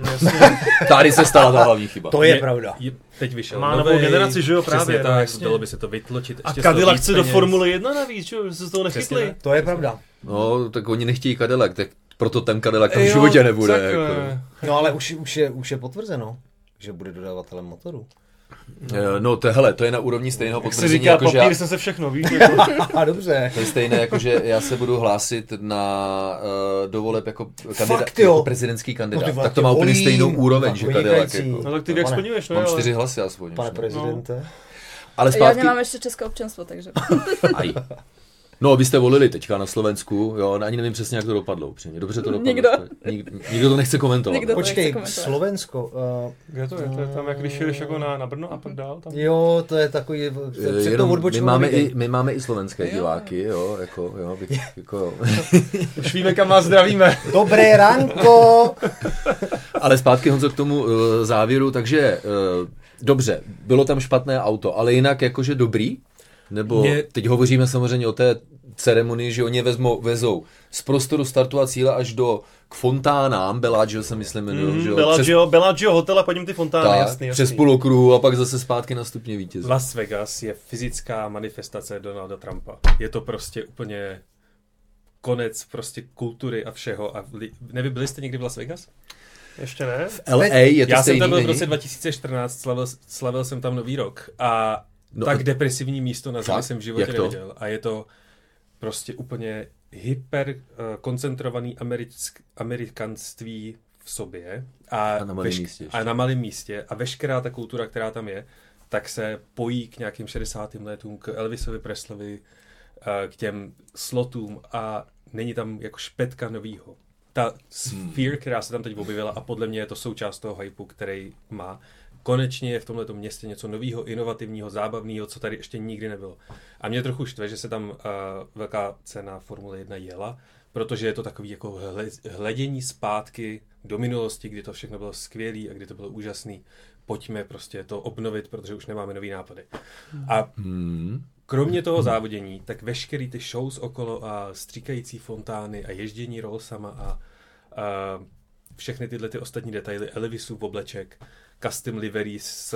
Tady se stala ta hlavní chyba. To je pravda. Je, teď vyšel Má novej, novou generaci, že jo, přesně právě, no, tak, jasně. dalo by se to vytločit. A ještě Cadillac víc chce do peněz. Formule jedna navíc, že jo, že se z toho Přesně nechytli. tak. To je pravda. No, tak oni nechtějí Cadillac, tak proto ten Cadillac tam v Jo, životě nebude. takhle. Jako. No ale už, už, je, už je potvrzeno, že bude dodavatelem motoru. Eh, No to, hele, to je na úrovni stejného Jak se potvrzení, říká, jako že papír já, jsem se všechno, víš? Jako. A dobře. to je stejné, jako že já se budu hlásit na uh, dovoleb jako, kandida, Fakt, jo? jako prezidentský kandidát. No ty vole, tak to tě má úplně volím. stejnou úroveň, Tak že Cadillac. vynikající. Jako. No tak ty jak Pane- splňuješ, ne? Mám ale- čtyři hlasy aspoň. Pane už, no. prezidente. Ale Ja zpátky... nemám ešte české občanstvo, takže... Aj. No, vy jste volili teďka na Slovensku, jo, ani nevím přesně, jak to dopadlo upřímně. Dobře to dopadlo. Nikdo. Nik, nikdo to nechce komentovat. Nikdo to Počkej, nechce komentovat. Slovensko. Uh, Kde to je? To je tam, jak když jedeš jako na, na Brno a pak dál? Tam? jo, to je takový, to je před tou Jenom, my, odbočkou. máme i, my máme i slovenské diváky, jo, jako, jo, bych, jako, jo. Už víme, kam vás zdravíme. Dobré ránko! Ale zpátky, Honzo, k tomu uh, závěru, takže uh, dobře, bylo tam špatné auto, ale jinak jakože dobrý? Nebo Mě... teď hovoříme samozřejmě o té ceremonii, že oni vezmou, vezou z prostoru startu a cíle až do k fontánám, Bellagio se myslím jmenuje, Mm, že jo? Bellagio, přes, Bellagio hotel a po něm ty fontány, tak, jasný, jasný. přes půl okruhu a pak zase zpátky na stupně vítěze. Las Vegas je fyzická manifestace Donalda Trumpa. Je to prostě úplně konec prostě kultury a všeho. A li... Nevy, byli jste někdy v Las Vegas? Ještě ne? V L A je to Já stejný, jsem tam byl v není? roce dva tisíce čtrnáct, slavil, slavil jsem tam Nový rok a No tak a- depresivní místo na zemi Fakt? jsem v životě Jak to? neviděl. A je to prostě úplně hyper uh, koncentrovaný americk, amerikanství v sobě. A, A na malém místě ještě. a na malém místě. A veškerá ta kultura, která tam je, tak se pojí k nějakým šedesátým letům, k Elvisovi Preslovi, uh, k těm slotům a není tam jako špetka novýho. Ta sphere, která se tam teď objevila a podle mě je to součást toho hypeu, který má. Konečně je v tomhleto městě něco nového, inovativního, zábavného, co tady ještě nikdy nebylo. A mě trochu štve, že se tam uh, velká cena Formule jedna jela, protože je to takový jako hle, hledění zpátky do minulosti, kdy to všechno bylo skvělé a kdy to bylo úžasné. Pojďme prostě to obnovit, protože už nemáme nový nápady. A Hmm. kromě toho závodění, tak veškerý ty shows okolo a stříkající fontány a ježdění rolsama a, a všechny tyhle ty ostatní detaily, Elvisův obleček, custom livery s,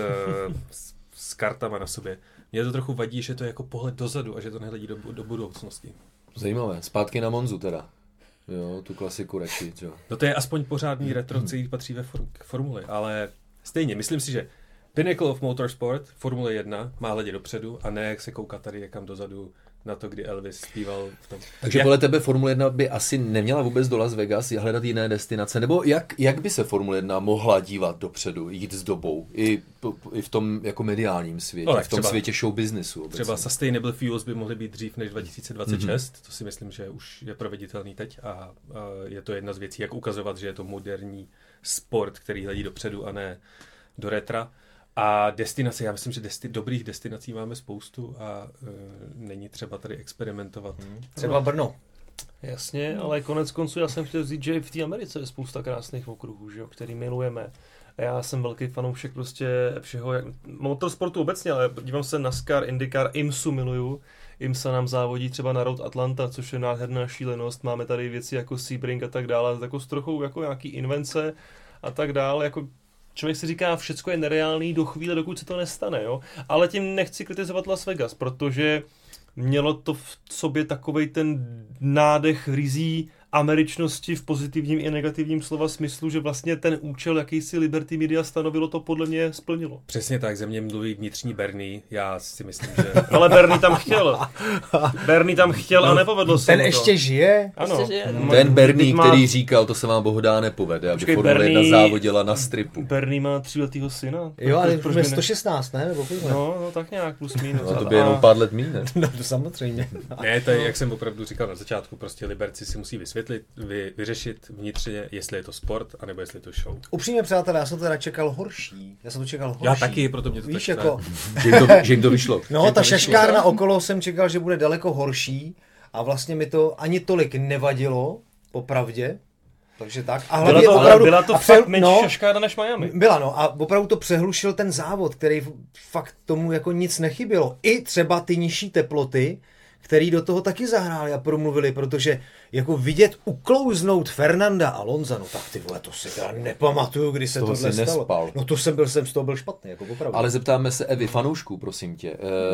s, s kartama na sobě. Mně to trochu vadí, že to je jako pohled dozadu a že to nehledí do, do budoucnosti. Zajímavé. Zpátky na Monzu teda. Jo, tu klasiku radši, jo. No to je aspoň pořádný retro, který patří ve form, k formuli, ale stejně, myslím si, že Pinnacle of Motorsport, Formule jedna, má hledět dopředu a ne jak se koukat tady někam dozadu na to, kdy Elvis zpíval v tom. Takže Jak- podle tebe Formule jedna by asi neměla vůbec do Las Vegas hledat jiné destinace? Nebo jak, jak by se Formule jedna mohla dívat dopředu, jít s dobou? I, i v tom jako mediálním světě, No tak v tom třeba- světě show businessu. Obecně. Třeba Sustainable Fuels by mohly být dřív než dva tisíce dvacet šest, mm-hmm. to si myslím, že už je proveditelný teď a, a je to jedna z věcí, jak ukazovat, že je to moderní sport, který hledí dopředu a ne do retra. A destinace, já myslím, že desti- dobrých destinací máme spoustu a e, není třeba tady experimentovat. Hmm. Třeba Brno. Jasně, ale konec konců já jsem chtěl říct, že v té Americe je spousta krásných okruhů, že jo, který milujeme. A já jsem velký fanoušek prostě všeho, jak, motorsportu obecně, ale dívám se NASCAR, IndyCar, IMSu miluju. IMSA nám závodí třeba na Road Atlanta, což je nádherná šílenost. Máme tady věci jako Sebring a tak dále, jako s trochou jako nějaký invence a tak dále, jako člověk si říká, všecko je nereálný do chvíle, dokud se to nestane, jo. Ale tím nechci kritizovat Las Vegas, protože mělo to v sobě takovej ten nádech rizí američnosti v pozitivním i negativním slova smyslu, že vlastně ten účel, jaký si Liberty Media stanovilo, to podle mě splnilo. Přesně tak, ze mě mluví vnitřní Bernie, já si myslím, že... Ale Bernie tam chtěl. Bernie tam chtěl a nepovedlo se Ten mu to. ještě žije? Ano. Ještě žije, no. Ten Bernie, Teď má- který říkal, to se vám bohdá nepovede, aby Počkej, Formule Bernie- jedna závodila na stripu. Bernie má tříletýho syna. Jo, ale Proč už by je ne? sto šestnáct, ne? Nebo kolik? No, no, tak nějak plus minus. No, to by jenom pár let míň, ne? No, to samozřejmě. Ne, to je, jak jsem opravdu říkal na začátku, prostě Liberci si musí vysvětlit, vy, vyřešit vnitřně, jestli je to sport, anebo jestli je to show. Upřímně, přátelé, já jsem teda čekal horší. Já jsem to čekal horší. Já taky, proto mě to Víš, tak jako, Že jim to, že jim to vyšlo. no, že ta to vyšlo. šaškárna okolo jsem čekal, že bude daleko horší a vlastně mi to ani tolik nevadilo, popravdě. Takže tak. A Byla hlavně to, opravdu, byla to a fakt pře- menší no, šaškáda než Miami. Byla, no, a opravdu to přehlušil ten závod, který fakt tomu jako nic nechybělo. I třeba ty nižší teploty, který do toho taky zahráli a promluvili, protože jako vidět uklouznout Fernanda Alonsa, no tak ty vole, to si teda nepamatuju, kdy se toho tohle si stalo. nespal. No to jsem byl, jsem z toho byl špatný, jako opravdu. Ale zeptáme se Evy, fanoušků, prosím tě.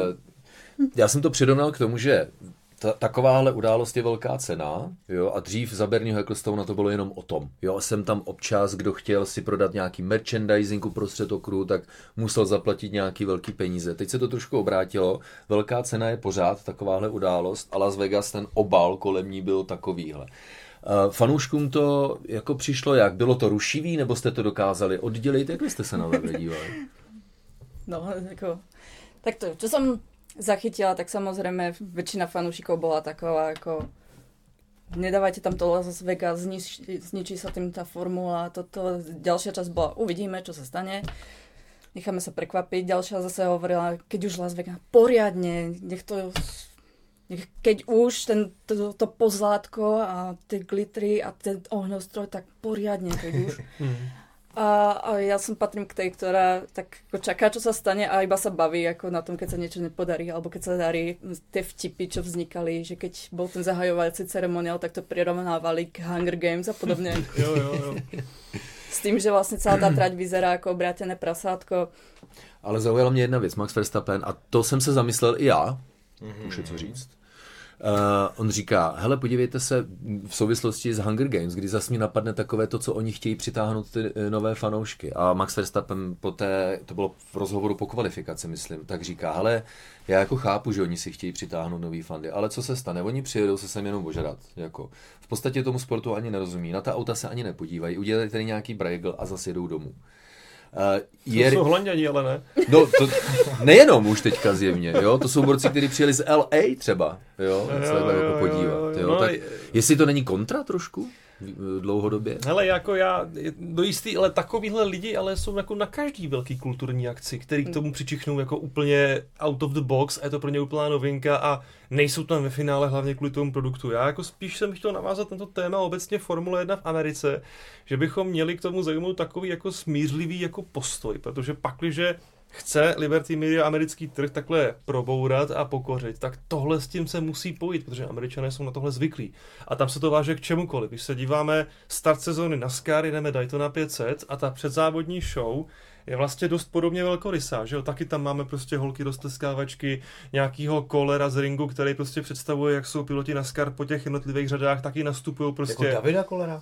E, já jsem to přirovnal k tomu, že ta, takováhle událost je velká cena, jo, a dřív za Bernieho Ecclestona to bylo jenom o tom, jo, a jsem tam občas, kdo chtěl si prodat nějaký merchandising uprostřed okruhu, tak musel zaplatit nějaký velký peníze. Teď se to trošku obrátilo, velká cena je pořád takováhle událost a Las Vegas, ten obal kolem ní byl takovýhle. Uh, fanouškům to jako přišlo jak? Bylo to rušivý, nebo jste to dokázali oddělit? Jak jste se na webe dívali? No, jako, tak to, čo som zachytila, tak samozrejme väčšina fanúšikov bola taková ako nedávajte tam to Las Vegas, znič, zničí sa tým tá formula, toto. Ďalšia časť bola, uvidíme, čo sa stane. Necháme sa prekvapiť. Ďalšia zase hovorila, keď už Las Vegas, poriadne, nech to, nech, keď už ten, to, to pozlátko a tie glitry a ten ohňostroj, tak poriadne, keď už. A, a ja som patrím k tej, ktorá tak ako čaká, čo sa stane a iba sa baví ako na tom, keď sa niečo nepodarí, alebo keď sa darí tie vtipy, čo vznikali, že keď bol ten zahajovací ceremoniál, tak to prirovnávali k Hunger Games a podobne. jo, jo, jo. S tým, že vlastne celá tá trať vyzerá ako obrátené prasátko. Ale zaujala mě jedna věc, Max Verstappen, a to jsem se zamyslel i já, mm-hmm. už je co říct. Uh, on říká, hele, podívejte se v souvislosti s Hunger Games, kdy zase mi napadne takové to, co oni chtějí přitáhnout ty nové fanoušky. A Max Verstappen poté, to bylo v rozhovoru po kvalifikaci, myslím, tak říká, hele, já jako chápu, že oni si chtějí přitáhnout nový fandy, ale co se stane? Oni přijedou se sem jenom ožrat. Jako. V podstatě tomu sportu ani nerozumí, na ta auta se ani nepodívají, udělají tady nějaký brajgl a zase jedou domů. Uh, je... To jsou Holanděni, ale ne. No, to nejenom už teďka zjevně, jo, to jsou borci, kteří přijeli z L A třeba, jo, se jako podívat, jo, tak jestli to není kontra trošku dlouhodobě? Hele, jako já, do jistý, ale takovýhle lidi, ale jsou jako na každý velký kulturní akci, který k tomu přičichnou jako úplně out of the box a je to pro ně úplná novinka a nejsou tam ve finále hlavně kvůli tomu produktu. Já jako spíš jsem chtěl navázat tento téma obecně Formule jedna v Americe, že bychom měli k tomu zaujmout takový jako smířlivý jako postoj, protože pakliže chce Liberty Media americký trh takhle probourat a pokořit, tak tohle s tím se musí pojít, protože Američané jsou na tohle zvyklí. A tam se to váže k čemukoliv. Když se díváme start sezóny NASCAR, jdeme Daytona pět set a ta předzávodní show je vlastně dost podobně velkorysá, že jo? Taky tam máme prostě holky roztleskávačky, nějakýho kolera z ringu, který prostě představuje, jak jsou piloti NASCAR po těch jednotlivých řadách, taky nastupují prostě. Jako Davida Kolera?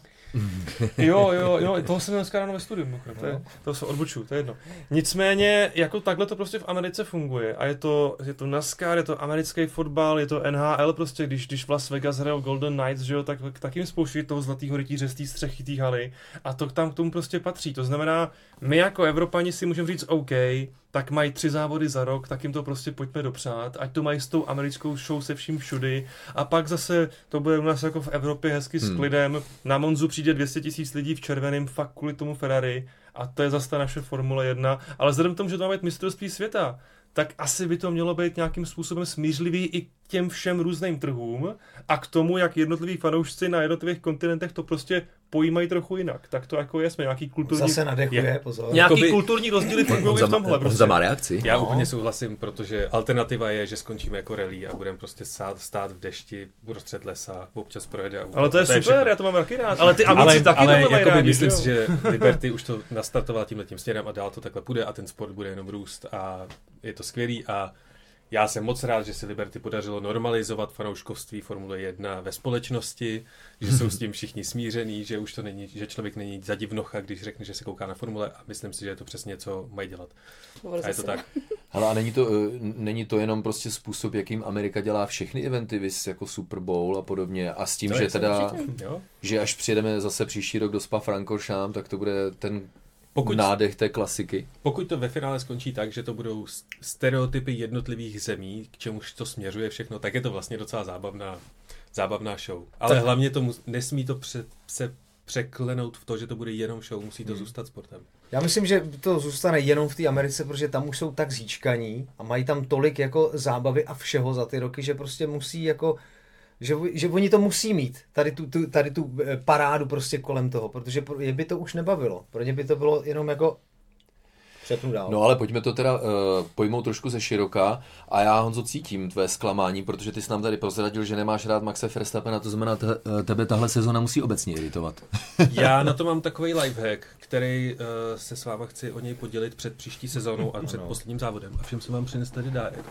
jo, jo, jo, toho jsem dneska ráno ve studiu, no. to, je, to se odbočuju, to je jedno. Nicméně, jako takhle to prostě v Americe funguje a je to, je to NASCAR, je to americký fotbal, je to N H L, prostě když, když v Las Vegas hrajou Golden Knights, že jo, tak, tak jim spouští toho zlatýho rytíře z té střechy té haly a to tam k tomu prostě patří. To znamená, my jako Evropani si můžeme říct OK, tak mají tři závody za rok, tak jim to prostě pojďme dopřát, ať to mají s tou americkou show se vším všudy a pak zase to bude u nás jako v Evropě hezky s klidem, na Monzu přijde dvě stě tisíc lidí v červeném fakt kvůli tomu Ferrari a to je zase ta naše Formule jedna, ale vzhledem k tomu, že to má být mistrovství světa, tak asi by to mělo být nějakým způsobem smířlivý i k těm všem různým trhům a k tomu, jak jednotliví fanoušci na jednotlivých kontinentech to prostě pojímají trochu jinak. Tak to jako je, jsme nějaký kulturní... Zase nadechuje, je, pozor. Nějaký Jakoby... kulturní rozdíly fungují v tomhle. Prostě. On má reakci. Já no. úplně souhlasím, protože alternativa je, že skončíme jako rally a budeme prostě stát, stát v dešti, uprostřed lesa, občas projede auto. Ale to je, to je super, všechno. Já to mám taky rád. Ale ty ale, taky ale to mají rádi, myslím si, že Liberty už to nastartoval tímhletím směrem a dál to takhle půjde a ten sport bude jenom růst a je to skvělý a já jsem moc rád, že se Liberty podařilo normalizovat fanouškovství Formule jedna ve společnosti, že jsou s tím všichni smíření, že už to není, že člověk není za divnocha, když řekne, že se kouká na Formule a myslím si, že je to přesně, co mají dělat. A je to tak. Hele, a není to, není to jenom prostě způsob, jakým Amerika dělá všechny eventy, vys jako Super Bowl a podobně a s tím, to že teda, určitě, že až přijedeme zase příští rok do Spa-Francorchamps, tak to bude ten Pokud, nádech té klasiky. Pokud to ve finále skončí tak, že to budou stereotypy jednotlivých zemí, k čemuž to směřuje všechno, tak je to vlastně docela zábavná, zábavná show. Ale tak. hlavně to mu, nesmí to pře, se překlenout v to, že to bude jenom show, musí to hmm. zůstat sportem. Já myslím, že to zůstane jenom v té Americe, protože tam už jsou tak zíčkaní a mají tam tolik jako zábavy a všeho za ty roky, že prostě musí jako Že, že oni to musí mít, tady tu, tu, tady tu parádu prostě kolem toho, protože je by to už nebavilo. Pro ně by to bylo jenom jako přepnu dál. No ale pojďme to teda uh, pojmout trošku ze široka a já, Honzo, cítím tvé zklamání, protože ty jsi nám tady prozradil, že nemáš rád Maxe Verstappena, to znamená, te, tebe tahle sezona musí obecně iritovat. Já na to mám takový lifehack, který uh, se s váma chci o něj podělit před příští sezónou a před no. posledním závodem. A všem jsem vám přines tady dárek.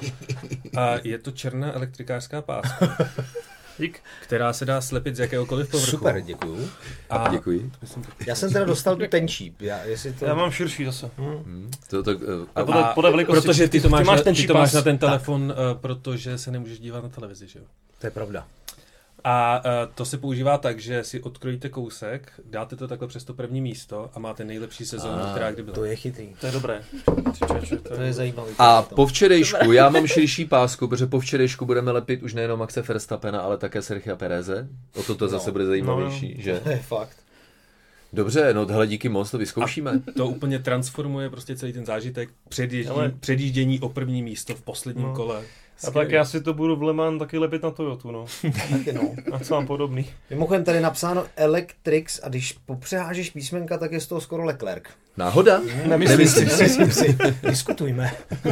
A je to černá elektrikářská páska, Dík. která se dá slepit z jakéhokoliv povrchu. Super, děkuju. A děkuji. Já jsem teda dostal tu tenčí. Já, jestli to... Já mám širší zase. Hmm. Hmm. To, tak, uh, a podle, podle velikosti. Protože ty to máš, ty máš, na, ty to máš na ten telefon, uh, protože se nemůžeš dívat na televizi, že jo? To je pravda. A uh, to se používá tak, že si odkrojíte kousek, dáte to takhle přes to první místo a máte nejlepší sezónu, Ah, která kdy byla. To je chytrý. To je dobré. To je zajímavý. A po včerejšku, já mám širší pásku, protože po včerejšku budeme lepit už nejenom Maxe Verstappena, ale také Sergia Pereze. O to to zase No. bude zajímavější, No, že? To je fakt. Dobře, no hele, díky moc, to vyzkoušíme. To úplně transformuje prostě celý ten zážitek předjíždí, Ale- předjíždění o první místo v posledním No. kole. A tak já si to budu v Le Mans taky lepit na Toyotu, no. Taky no. A co mám podobný. Mimochodem tady napsáno Electrix a když popřehážeš písmenka, tak je z toho skoro Leclerc. Náhoda? Nemyslím si. Myslím si. Diskutujme.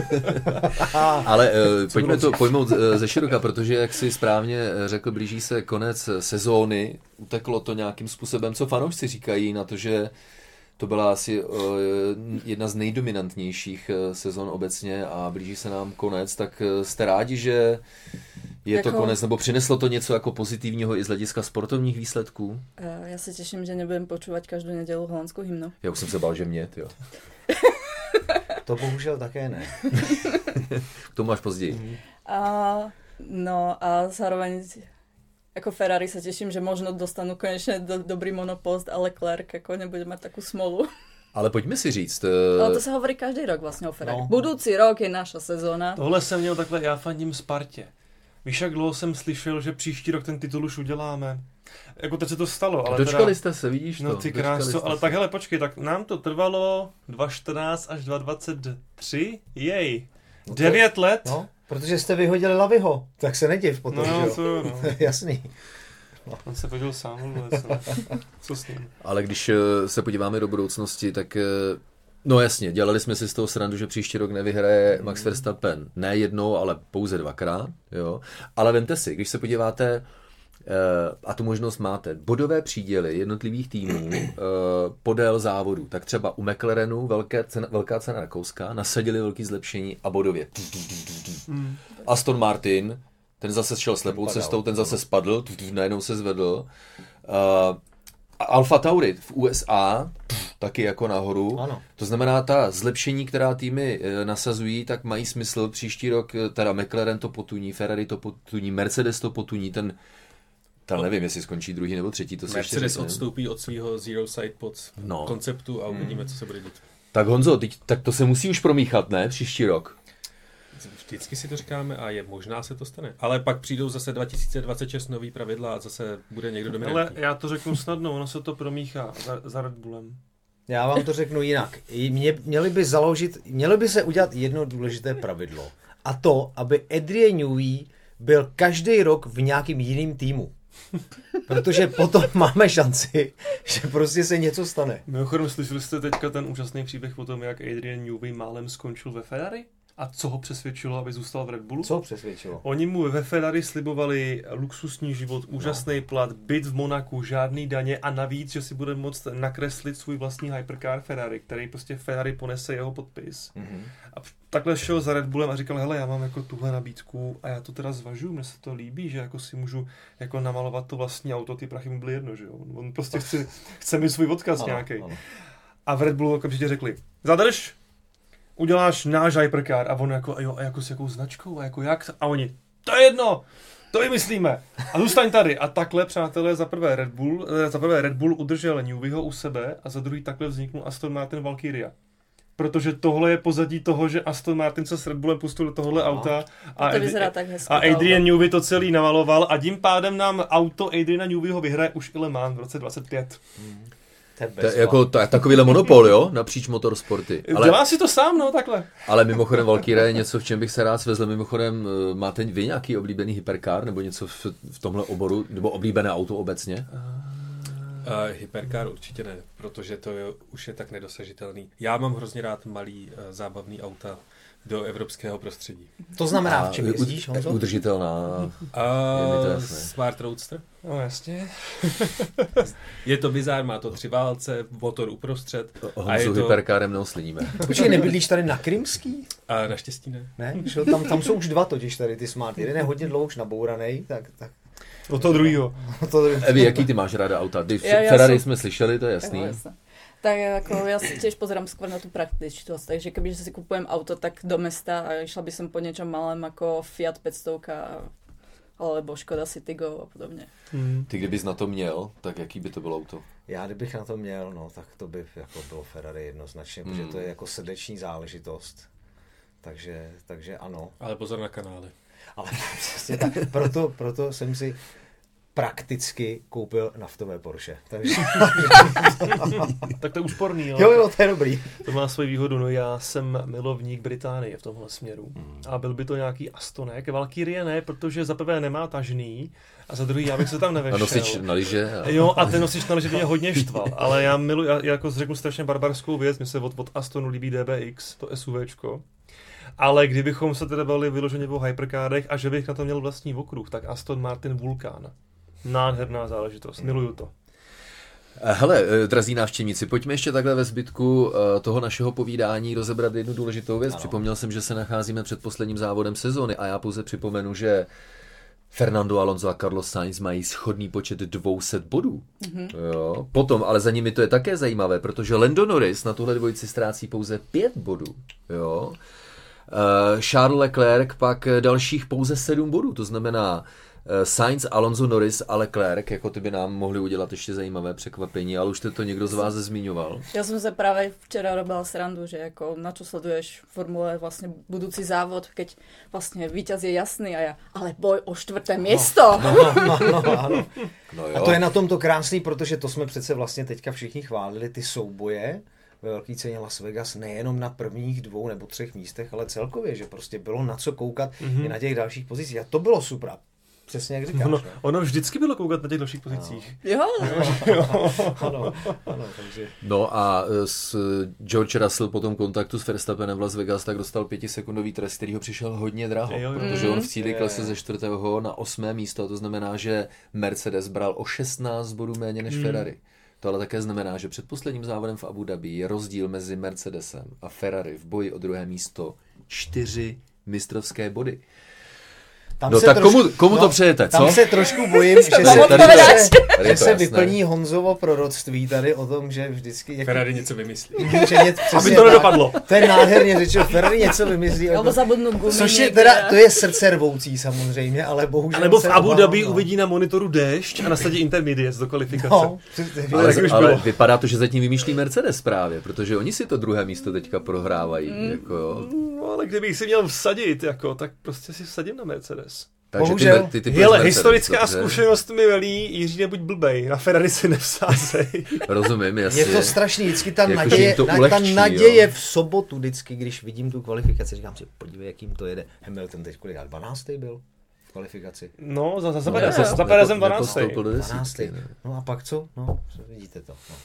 Ale uh, pojďme to pojmout uh, ze široka, protože jak si správně řekl, blíží se konec sezóny, uteklo to nějakým způsobem, co fanoušci říkají na to, že to byla asi uh, jedna z nejdominantnějších uh, sezon obecně a blíží se nám konec, tak uh, jste rádi, že je Jako- to konec, nebo přineslo to něco jako pozitivního i z hlediska sportovních výsledků? Uh, ja sa teším, že nebudem počúvať každú nedelu holandskú hymnu. Já už jsem se bál, že mě, jo. To bohužel také ne. K tomu až později. A, no a zároveň ako Ferrari sa teším, že možno dostanú konečne do, dobrý monopost a Leclerc ako nebude mať takú smolu. Ale pojďme si říct. Ale Uh, to sa hovorí každý rok vlastne o Ferrari. No. Budúci rok je naša sezóna. Tohle jsem měl takhle, já fandím Spartě. Víš, jak dlouho jsem slyšel, že příští rok ten titul už uděláme. Jako teď se to stalo, ale dočkali teda... jste se, vidíš to? No ty Dočkali kráso, jste ale se. tak hele, počkej, tak nám to trvalo dva čtrnáct až dva dvacet tři, jej. No to- Devět let? No, protože jste vyhodili Laviho, tak se nediv potom, no, že jo? to jo, no. Jasný. On se podíl sám, vůbec, no. Co s ním? Ale když eh, se podíváme do budoucnosti, tak eh, no jasně, dělali jsme si z toho srandu, že příští rok nevyhraje Max Verstappen. Ne jednou, ale pouze dvakrát. Jo. Ale vemte si, když se podíváte, eh, a tu možnost máte, bodové příděly jednotlivých týmů eh, podél závodu, tak třeba u McLarenu velké cena, velká cena Rakouska, nasadili velký zlepšení a bodově. Hmm. Aston Martin, ten zase šel slepou padal. cestou, ten zase spadl, tu, tu, najednou se zvedl. Uh, Alfa Tauri v U S A pff, taky jako nahoru. Ano. To znamená, ta zlepšení, která týmy e, nasazují, tak mají smysl. Příští rok e, teda McLaren to potuní, Ferrari to potuní, Mercedes to potuní, ten, ten nevím, jestli skončí druhý nebo třetí, to se ještě Mercedes řekne. odstoupí od svého Zero Side Pods No. konceptu a uvidíme, co se bude dít. Tak Honzo, teď, tak to se musí už promíchat, ne? Příští rok. Vždycky si to říkáme a je možná se to stane. Ale pak přijdou zase dva tisíce dvacet šest nový pravidla a zase bude někdo Ale dominantní. já to řeknu snadno, ono se to promíchá za, za Red Bullem. Já vám to řeknu jinak. Mě, měli by založit, mělo by se udělat jedno důležité pravidlo. A to, aby Adrian Newey byl každý rok v nějakým jiným týmu. Protože potom máme šanci, že prostě se něco stane. Mimochodem, slyšeli jste teďka ten úžasný příběh o tom, jak Adrian Newey málem skončil ve Ferrari? A co ho přesvědčilo, aby zůstal v Red Bullu? Co ho přesvědčilo? Oni mu ve Ferrari slibovali luxusní život, úžasný plat, byt v Monaku, žádný daně a navíc, že si bude moct nakreslit svůj vlastní hypercar Ferrari, který prostě Ferrari ponese jeho podpis. Mhm. A takhle šel za Red Bullem a říkal, hele, já mám jako tuhle nabídku a já to teda zvažuju, mně se to líbí, že jako si můžu jako namalovat to vlastní auto, ty prachy mu byly jedno, že jo. On prostě chce, chce mít svůj odkaz Ano, nějaký. ano. A v Red Bullu okamžitě řekli, zadrž, uděláš náš hypercar. A on jako, a jo, a jako s jakou značkou, a jako jak? A oni, to je jedno, to vymyslíme. A zůstaň tady. A takhle, přátelé, za prvé Red Bull, eh, za prvé Red Bull udržel Neweyho u sebe a za druhý takhle vzniknul Aston Martin Valkyria. Protože tohle je pozadí toho, že Aston Martin se s Red Bullem pustil do tohohle No. auta a, To vyzerá tak hezky. a to auto. Adrian Newey to celý namaloval a tím pádem nám auto Adriana Neweyho vyhraje už i Le Mans v roce dvacet pět. To je To je bezva. jako ta, takovýhle monopol, jo, napříč motorsporty. Ale... Ale, Dělá si to sám, no, takhle. ale mimochodem Valkyrie je něco, v čem bych se rád svezl. Mimochodem, eh, máte vy nějaký oblíbený hypercar, nebo něco v, v tomhle oboru, nebo oblíbené auto obecně? Uh, hypercar určitě ne, protože to je, už je tak nedosažitelný. Já mám hrozně rád malý uh, zábavný auta do evropského prostředí. To znamená, A v čem jezdíš, Honzo? Udržitelná. Je mi to Uh, jasné. Smart Roadster. No, jasně. Je to bizár, má to tři válce, motor uprostřed. A je Honzu to... hyperkárem neoslíníme. Počkej, nebydlíš tady na Krymský? A naštěstí ne. Ne? Šel tam, tam jsou už dva totiž tady ty smart. Jeden je hodně dlouho už nabouranej, tak, tak Od toho druhýho. to... Evi, jaký ty máš ráda auta? Ty Ja- ja Ferrari som- jsme slyšeli, to je jasný. Jo, jasné. Tak ako ja si tiež pozerám skôr na tú praktičnosť, takže keby si kupujem auto tak do mesta a išla by som po niečom malém ako Fiat päťsto a alebo Škoda Citigo a podobně. Hmm. Ty kdybys na to měl, tak jaký by to bylo auto? Já kdybych na to měl, no, tak to by jako bylo Ferrari jednoznačně, hmm. protože to je jako srdeční záležitost. Takže, takže ano. Ale pozor na kanály. Ale přesně tak. Proto, proto jsem si prakticky koupil naftové Porsche. Takže... Tak to je úsporný, jo. Jo, jo, to je dobrý. To má svoji výhodu, no já jsem milovník Británie v tomhle směru. Hmm. A byl by to nějaký Astonek. Valkyrie ne, protože za prvé nemá tažný a za druhý já bych se tam nevešel. A nosič na lyže. A... Jo, a ten nosič na lyže mě hodně štval, ale já miluji, já, já jako řeknu strašně barbarskou věc, mi se od, od Astonu líbí D B X, to SUVčko. Ale kdybychom se teda bavili vyloženě o hypercardech a že bych na to měl vlastní okruh, tak Aston Martin Vulcan. Nádherná záležitost, miluju to. Hele, drazí návštěvníci, pojďme ještě takhle ve zbytku toho našeho povídání rozebrat jednu důležitou věc. Ano. Připomněl jsem, že se nacházíme před posledním závodem sezony a já pouze připomenu, že Fernando Alonso a Carlos Sainz mají shodný počet dvě stě bodů. Mm-hmm. Jo. Potom, ale za nimi to je také zajímavé, protože Lando Norris na tuhle dvojici ztrácí pouze pět bodů. Jo. Uh, Charles Leclerc pak dalších pouze sedm bodů, to znamená Sainz, Alonso, Norris a Leclerc, jako ty by nám mohli udělat ještě zajímavé překvapení, ale už to někdo z vás zmiňoval. Já jsem se právě včera robila srandu, že jako na čo sleduješ formule vlastně budoucí závod, keď vlastně víťaz je jasný a já, ale boj o čtvrté město. No, no, no, no, ano. No jo. A to je na tom to krásný, protože to jsme přece vlastně teďka všichni chválili, ty souboje ve velké ceně Las Vegas, nejenom na prvních dvou nebo třech místech, ale celkově, že prostě bylo na co koukat mm-hmm. i na těch dalších pozicích. A to bylo super. Přesně jak říkáš. Ono, no. ono vždycky bylo koukat na těch dalších pozicích. Jo. ano, ano, takže... No a s George Russell po tom kontaktu s Verstappenem v Las Vegas tak dostal pětisekundový trest, který ho přišel hodně draho, jo, jo. protože on v cíli klesl ze čtvrtého na osmé místo, to znamená, že Mercedes bral o šestnáct bodů méně než Ferrari. To ale také znamená, že před posledním závodem v Abu Dhabi je rozdíl mezi Mercedesem a Ferrari v boji o druhé místo čtyři mistrovské body. Tam no se tak trošku, komu, komu no, to přejete, co? Tam se trošku bojím, že Tady- se, tady že to se, je- tady je že to se jasné. vyplní Honzovo proroctví tady o tom, že vždycky... Jak, Ferrari něco vymyslí. že něco, Aby to nedopadlo. To je nádherně řečeno, Ferrari něco vymyslí. Nebo zabudnu gumy. Což je někde. teda, to je srdce rvoucí samozřejmě, ale bohužel... A nebo v se Abu obávám, Dhabi no. uvidí na monitoru déšť a nasadí intermediates do kvalifikace. No, přesně. Ale, Tak už ale bylo. vypadá to, že zatím vymýšlí Mercedes právě, protože oni si to druhé místo teďka prohrávají. Mm. Jako, jo. No, ale kdybych si měl vsadit, jako, tak prostě si vsadím na Mercedes. Takže Bohužel. ty, ty, ty Hele, Mercedes, historická dobře. zkušenost mi velí, Jiří, nebuď blbej, na Ferrari si nevsázej. Rozumím, jasně. Je to strašný, vždycky ta Jako, že naděje, jim to na, ta ulehčí, naděje jo. v sobotu vždycky, když vidím tu kvalifikaci, říkám si, podívej, jakým to jede. Hamilton teď kolik, dvanáctý byl v kvalifikaci. No, za, za, za, No, Perezem, nepo- za Perezem nepo- dvanáctý. nepostoupil do dvanáctý. desítky, ne? No a pak co? No, vidíte to. No.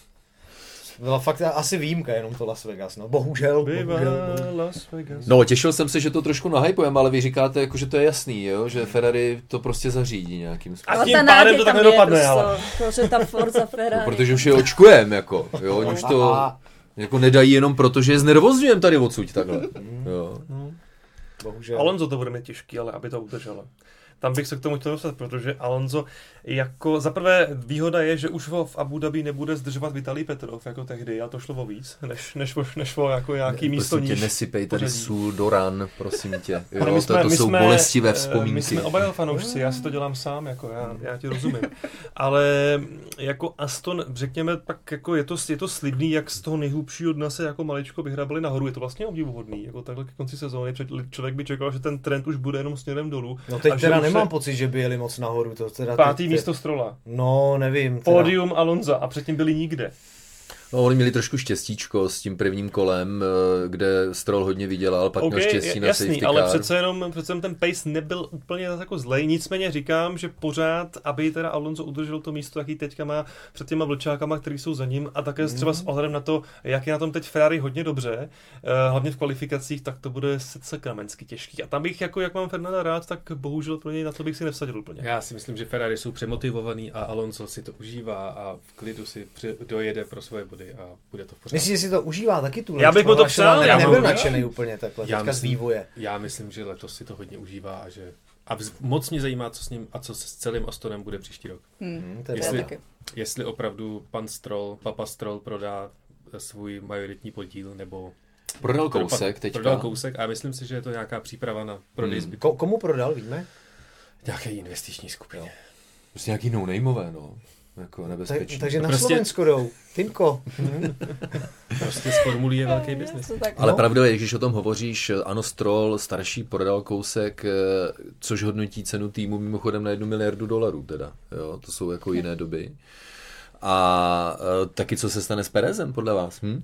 Byla fakt asi výjimka, jenom to Las Vegas, no. Bohužel, Viva bohužel. Las Vegas. No, těšil jsem se, že to trošku nahypujeme, ale vy říkáte, jako, že to je jasný, jo? Že Ferrari to prostě zařídí nějakým způsobem. A tím ta pádem nádej to tak tam nedopadne, je, ale. prostě, protože ta Forza Ferrari. No, protože už je očkujem, jako, jo? Oni už to jako nedají jenom proto, že je znervozňujem tady odsud takhle. Jo. Bohužel. Alonso to bude mít těžký, ale aby to udrželo. Tam bych se k tomu chtěl dostat, protože Alonso jako, zaprvé výhoda je, že už ho v Abu Dhabi nebude zdržovat Vitalij Petrov jako tehdy, a to šlo o víc, než, než, o, než o jako nějaký Ne, místo prosím tě, níž. nesypej tady pořadí. sůl do ran, prosím tě. Jo, Ale my jsme, to, to my jsou jsme, bolestivé eh, vzpomínky. My jsme oba fanoušci, já si to dělám sám, jako já, já ti rozumím. Ale jako Aston, řekněme, pak jako je to, je to slibný, jak z toho nejhlubšího dna se jako maličko vyhrabali nahoru. Je to vlastně obdivuhodný, jako takhle ke konci sezóny. Člověk by čekal, že ten trend už bude jenom směrem dolů. No teď a že teda už nemám se- pocit, že by jeli moc nahoru. To teda Pátý teď, místo Strolla. No, nevím. Teda. Pódium Alonza a předtím byli nikde. No, oni měli trošku štěstíčko s tím prvním kolem, eh, kde Stroll hodně vydělal, pak měl štěstí na jasný, safety ale car. přece jenom, přece jenom ten pace nebyl úplně tak jako zlej, nicméně říkám, že pořád, aby teda Alonso udržel to místo, jaký teďka má před těma vlčákama, který jsou za ním, a také třeba s ohledem na to, jak je na tom teď Ferrari hodně dobře, eh, hlavně v kvalifikacích, tak to bude sakramensky těžký. A tam bych, jako jak mám Fernanda rád, tak bohužel pro něj na to bych si nevsadil úplně. Já si myslím, že Ferrari jsou přemotivovaný a Alonso si to užívá a v klidu si při- dojede pro svoje body a bude to v pořádku. Myslíš, že si to užívá taky tu Já bych mu to lečku, přál, ale já nebyl mám- nadšený úplně takhle, Já teďka z myslím- vývoje. Já myslím, že letos si to hodně užívá a že a vz- moc mě zajímá, co s ním a co s celým Astonem bude příští rok. Hmm, to je Jestli- pravda. Jestli opravdu pan Stroll, papa Stroll prodá svůj majoritní podíl, nebo Prodal kousek teďka. Prodal kousek a myslím si, že je to nějaká příprava na prodej Hmm. zbytku. Ko- komu prodal, víme? nějaké investiční skupině. Jo. Prostě nějaký no-nameové, no. Jako nebezpečný. Tak, takže na prostě... Slovensko jdou. Tinko. Prostě z formulí je velký biznis. Ale no. Pravda je, když o tom hovoříš, ano, Stroll, starší, prodal kousek, což hodnotí cenu týmu mimochodem na jednu miliardu dolarů teda. Jo, to jsou jako jiné doby. A taky co se stane s Perezem podle vás? Hm?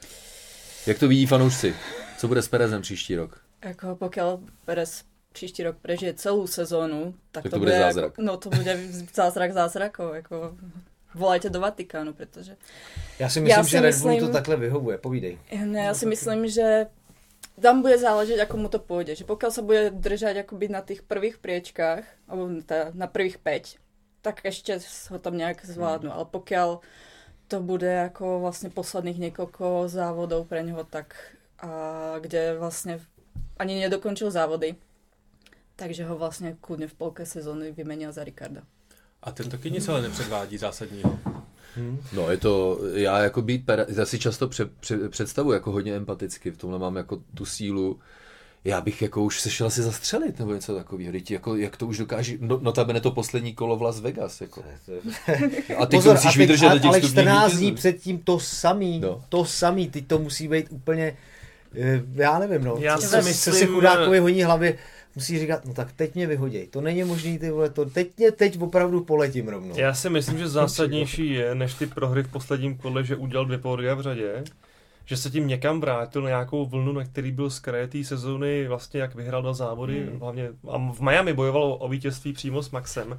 Jak to vidí fanoušci? Co bude s Perezem příští rok? Jako pokud Perez příští rok prežije celou sezónu, tak, tak to, to bude bude zázrak. Jako, no to bude zázrak zázrakov, jako volajte do Vatikánu, protože... Já si myslím, já že si Red Bull myslím, to takhle vyhovuje, povídej. Ne, já si myslím, že tam bude záležet, ako mu to pôjde. Že pokiaľ sa bude držať akoby na tých prvých priečkách, alebo na prvých päť, tak ešte ho tam nejak zvládnu. Ale pokiaľ to bude ako vlastne posledných niekoľko závodov pre neho, tak a kde vlastne ani nedokončil závody, takže ho vlastně kľudne v polke sezóny vymenia za Ricarda. A ten taky nic ale nepředvádí zásadního. Hmm. No je to, já jako být, já si často pře, pře, představuji jako hodně empaticky, v tomhle mám jako tu sílu, já bych jako už se šel asi zastřelit nebo něco takového, jako, jak to už dokáží, no, notabene to poslední kolo v Las Vegas, jako. A ty Pozor, to musíš a teď, vydržet do těch ale stupních čtrnáct dní vítězů. předtím to samý, no. to samý, teď to musí být úplně, já nevím, no, já co, si co, myslím, co si chudákovi honí hlavě, musí říkat, no tak teď mě vyhoděj, to není možný, ty vole, to teď mě, teď opravdu poletím rovnou. Já si myslím, že zásadnější je, než ty prohry v posledním kole, že udělal dvě pódia v řadě, že se tím někam vrátil na nějakou vlnu, na který byl z kraje té sezóny, vlastně jak vyhrál dva závody, hmm. hlavně a v Miami bojoval o vítězství přímo s Maxem.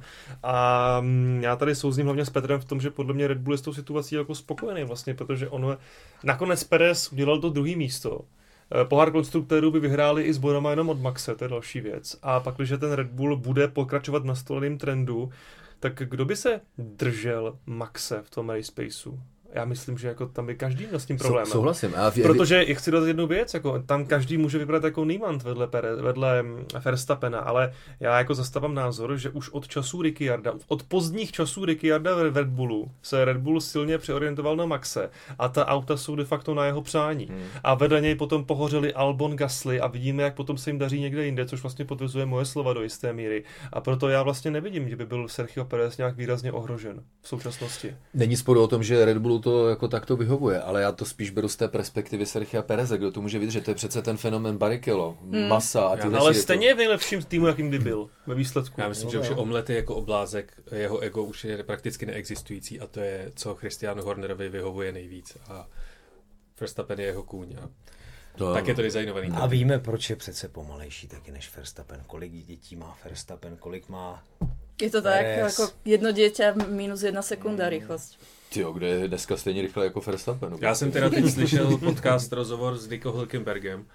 A já tady souzním hlavně s Petrem v tom, že podle mě Red Bull je s tou situací jako spokojený vlastně, protože on nakonec Perez udělal to druhý místo. Pohár konstruktérů by vyhráli i s bodama jenom od Maxe, to je další věc. A pak, když ten Red Bull bude pokračovat na stoleným trendu, tak kdo by se držel Maxe v tom race paceu? Já myslím, že jako tam by každý měl s tím problém. Souhlasím. A vě... Protože chci dát jednu věc, jako tam každý může vypadat jako Niemand vedle, Pere, vedle Verstappena, ale já jako zastávám názor, že už od časů Ricciarda, od pozdních časů Ricciarda v Red Bullu se Red Bull silně přeorientoval na Maxe a ta auta jsou de facto na jeho přání. Hmm. A vedle něj potom pohořeli Albon, Gasly a vidíme, jak potom se jim daří někde jinde, což vlastně potvrzuje moje slova do jisté míry. A proto já vlastně nevidím, že by byl Sergio Perez nějak výrazně ohrožen v současnosti. Není sporu o tom, že Red Bullu to jako takto vyhovuje, ale já to spíš beru z té perspektivy Sergia Pereze, kdo to může vidět, že to je přece ten fenomén Barrichello, hmm. Massa a tyhle. Ale stejně je v nejlepším týmu, jakým kdy byl ve výsledku. Já myslím, no, že už je no. omlety jako oblázek, jeho ego už je prakticky neexistující a to je, co Christianu Hornerovi vyhovuje nejvíc a Verstappen je jeho kůň a to, tak je to designovaný. A víme, proč je přece pomalejší taky než Verstappen, kolik dětí má Verstappen, kolik má Je to tak, Perez. jako jedno dieťa minus jedna sekunda rýchlosť. Tyjo, kde je dneska stejně rychle jako Verstappen. Já jsem teda teď slyšel podcast, rozhovor s Nico Hülkenbergem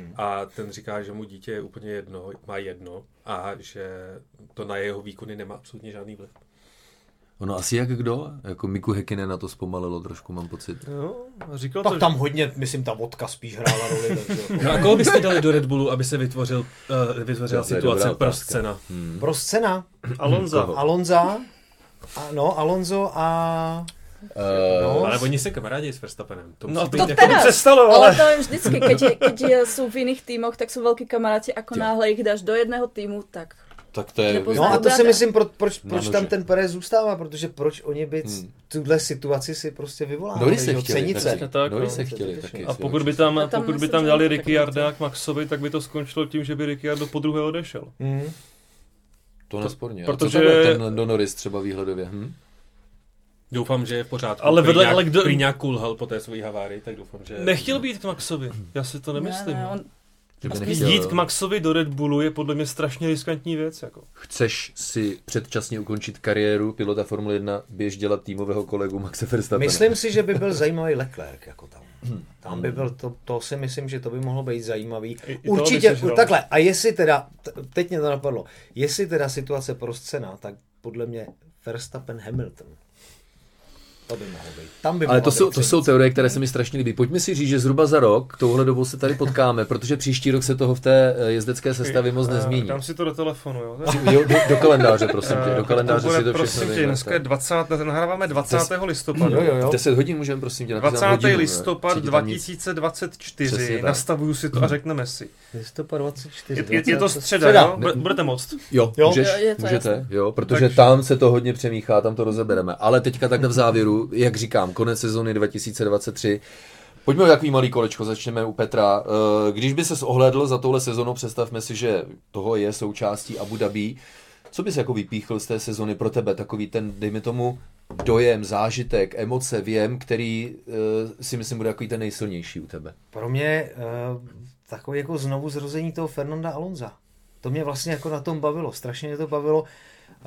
a ten říká, že mu dítě je úplně jedno, má jedno a že to na jeho výkony nemá absolutně žádný vliv. Ono asi jak kdo? Jako Miku Häkkinen na to zpomalilo trošku, mám pocit. Jo, říkal tak to, tam hodně, myslím, ta vodka spíš hrála roli. Takže no a koho byste dali do Red Bullu, aby se vytvořil, uh, vytvořila To je situace dobrá pro otázka. scéna? Hmm. pro scéna Alonza. Alonza, a, no, Alonso a... Uh, No. Ale oni se kamarádi s Verstappenem. To musí No být to jako... teraz. přestalo, Ale ale... to je vždycky, keď, keď sú v iných tímoch, tak sú veľkí kamaráti, ako náhle ich dáš do jedného týmu, tak... tak to je... Nepozná- No a to si Brada. myslím, pro, proč, Na proč nože. tam ten Perez zůstává, protože proč oni by Hmm. tuhle situaci si prostě vyvolávali, Dory se že jo, chtěli, cenice. tak, Tak, Dory no. se chtěli taky. A svého pokud by času. tam, A tam pokud by myslím, tam že dali taky Ricciarda nechci. k Maxovi, tak by to skončilo tím, že by Ricciardo po druhé odešel. Mm. To nesporně. protože- Protože... A co ten Lando Norris třeba výhledově? Hm? Doufám, že je v pořádku. Ale Prý vedle- nějak, ale kdo- prý nějak kulhal po té své havárii, tak doufám, že... Nechtěl být k Maxovi, já si to nemyslím. Ne, ne, on, Že by A nechtěl- Jít k Maxovi do Red Bullu je podle mě strašně riskantní věc. Jako. Chceš si předčasně ukončit kariéru pilota Formule jedna, běž dělat týmového kolegu Maxe Verstappena. Myslím si, že by byl zajímavý Leclerc jako tam. Tam by byl, to, to si myslím, že to by mohlo být zajímavý. I- i toho Určitě, by se žral. takhle, a jestli teda, t- teď mě to napadlo, jestli teda situace pro scéna, tak podle mě Verstappen Hamilton. To by mohlo být. Tam by Ale to mohla jsou, být to jsou přednice. teorie, které se mi strašně líbí. Pojďme si říct, že zhruba za rok, touhle dobou se tady potkáme, protože příští rok se toho v té jezdecké sestavě moc nezmíní. Dám si to do telefonu, jo. Jo, do, do kalendáře, prosím tě, do kalendáře si to prosím všechno tě, dejme. dneska je dvacátého nahráváme dvacátého listopadu. Jo, jo, jo. deset hodin můžeme, prosím tě, napsat dvacátého hodinu, listopad ne? Přijde tam nic. dva tisíce dvacet čtyři, Přesně tak. nastavuju si to a řekneme si. Listopad dvacet čtyři. Je, je, je to středa, Středa. jo? Bude- Budete moct. Jo, Jo. můžeš, Jo, je to můžete, jasné. jo, protože Takže- tam se to hodně přemíchá, tam to rozebereme. Ale teďka takhle v závěru, jak říkám, konec sezóny dva tisíce dvacet tři. Pojďme o takový malý kolečko, začneme u Petra. Eh, Když by ses ohlédl za touhle sezónou, představme si, že toho je součástí Abu Dhabi. Co bys jako vypíchl z té sezony pro tebe? Takový ten, dejme tomu, dojem, zážitek, emoce, věm, který eh, si myslím bude takový ten nejsilnější u tebe. Pro mě uh, takový jako znovu zrození toho Fernanda Alonsa. To mě vlastně jako na tom bavilo. Strašně mě to bavilo, uh,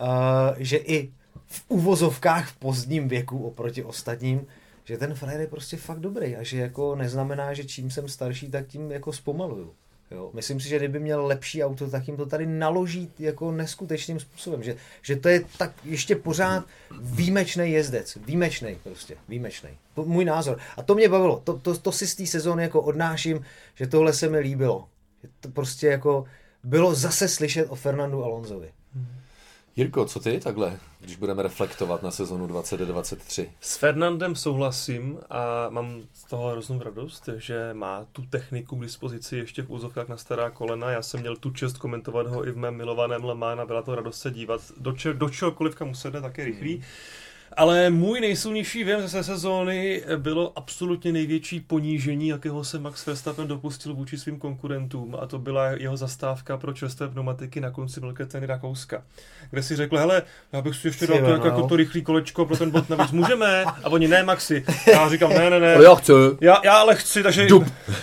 že i v uvozovkách v pozdním věku oproti ostatním, že ten frajer je prostě fakt dobrý a že jako neznamená, že čím jsem starší, tak tím jako zpomaluju. Jo. Myslím si, že kdyby měl lepší auto, tak jim to tady naloží jako neskutečným způsobem. Že, že to je tak ještě pořád výjimečný jezdec. Výjimečný prostě. Výjimečný. To můj názor. A to mě bavilo. To, to, to si z té sezóny jako odnáším, že tohle se mi líbilo. Že to prostě jako bylo zase slyšet o Fernandu Alonsovi. Jirko, co ty takhle, když budeme reflektovat na sezonu dvacet dvacet tři? S Fernandem souhlasím a mám z toho hroznou radost, že má tu techniku k dispozici ještě v úzovkách na stará kolena. Já jsem měl tu čest komentovat ho i v mém milovaném Le Mans a byla to radost se dívat. Do, če, do čehokoliv, kam musede, tak je rychlý. Ale můj nejsilnější věm ze sezóny bylo absolutně největší ponížení, jakého se Max Verstappen dopustil vůči svým konkurentům, a to byla jeho zastávka pro čerstvé pneumatiky na konci velké ceny Rakouska, kde si řekl, hele, já bych si ještě dal to, jako, jako to rychlý kolečko pro ten bod navíc, můžeme? A oni, ne, Maxi. Já říkám, ne, ne, ne. Ale já chci. Já, já ale chci, takže Dup.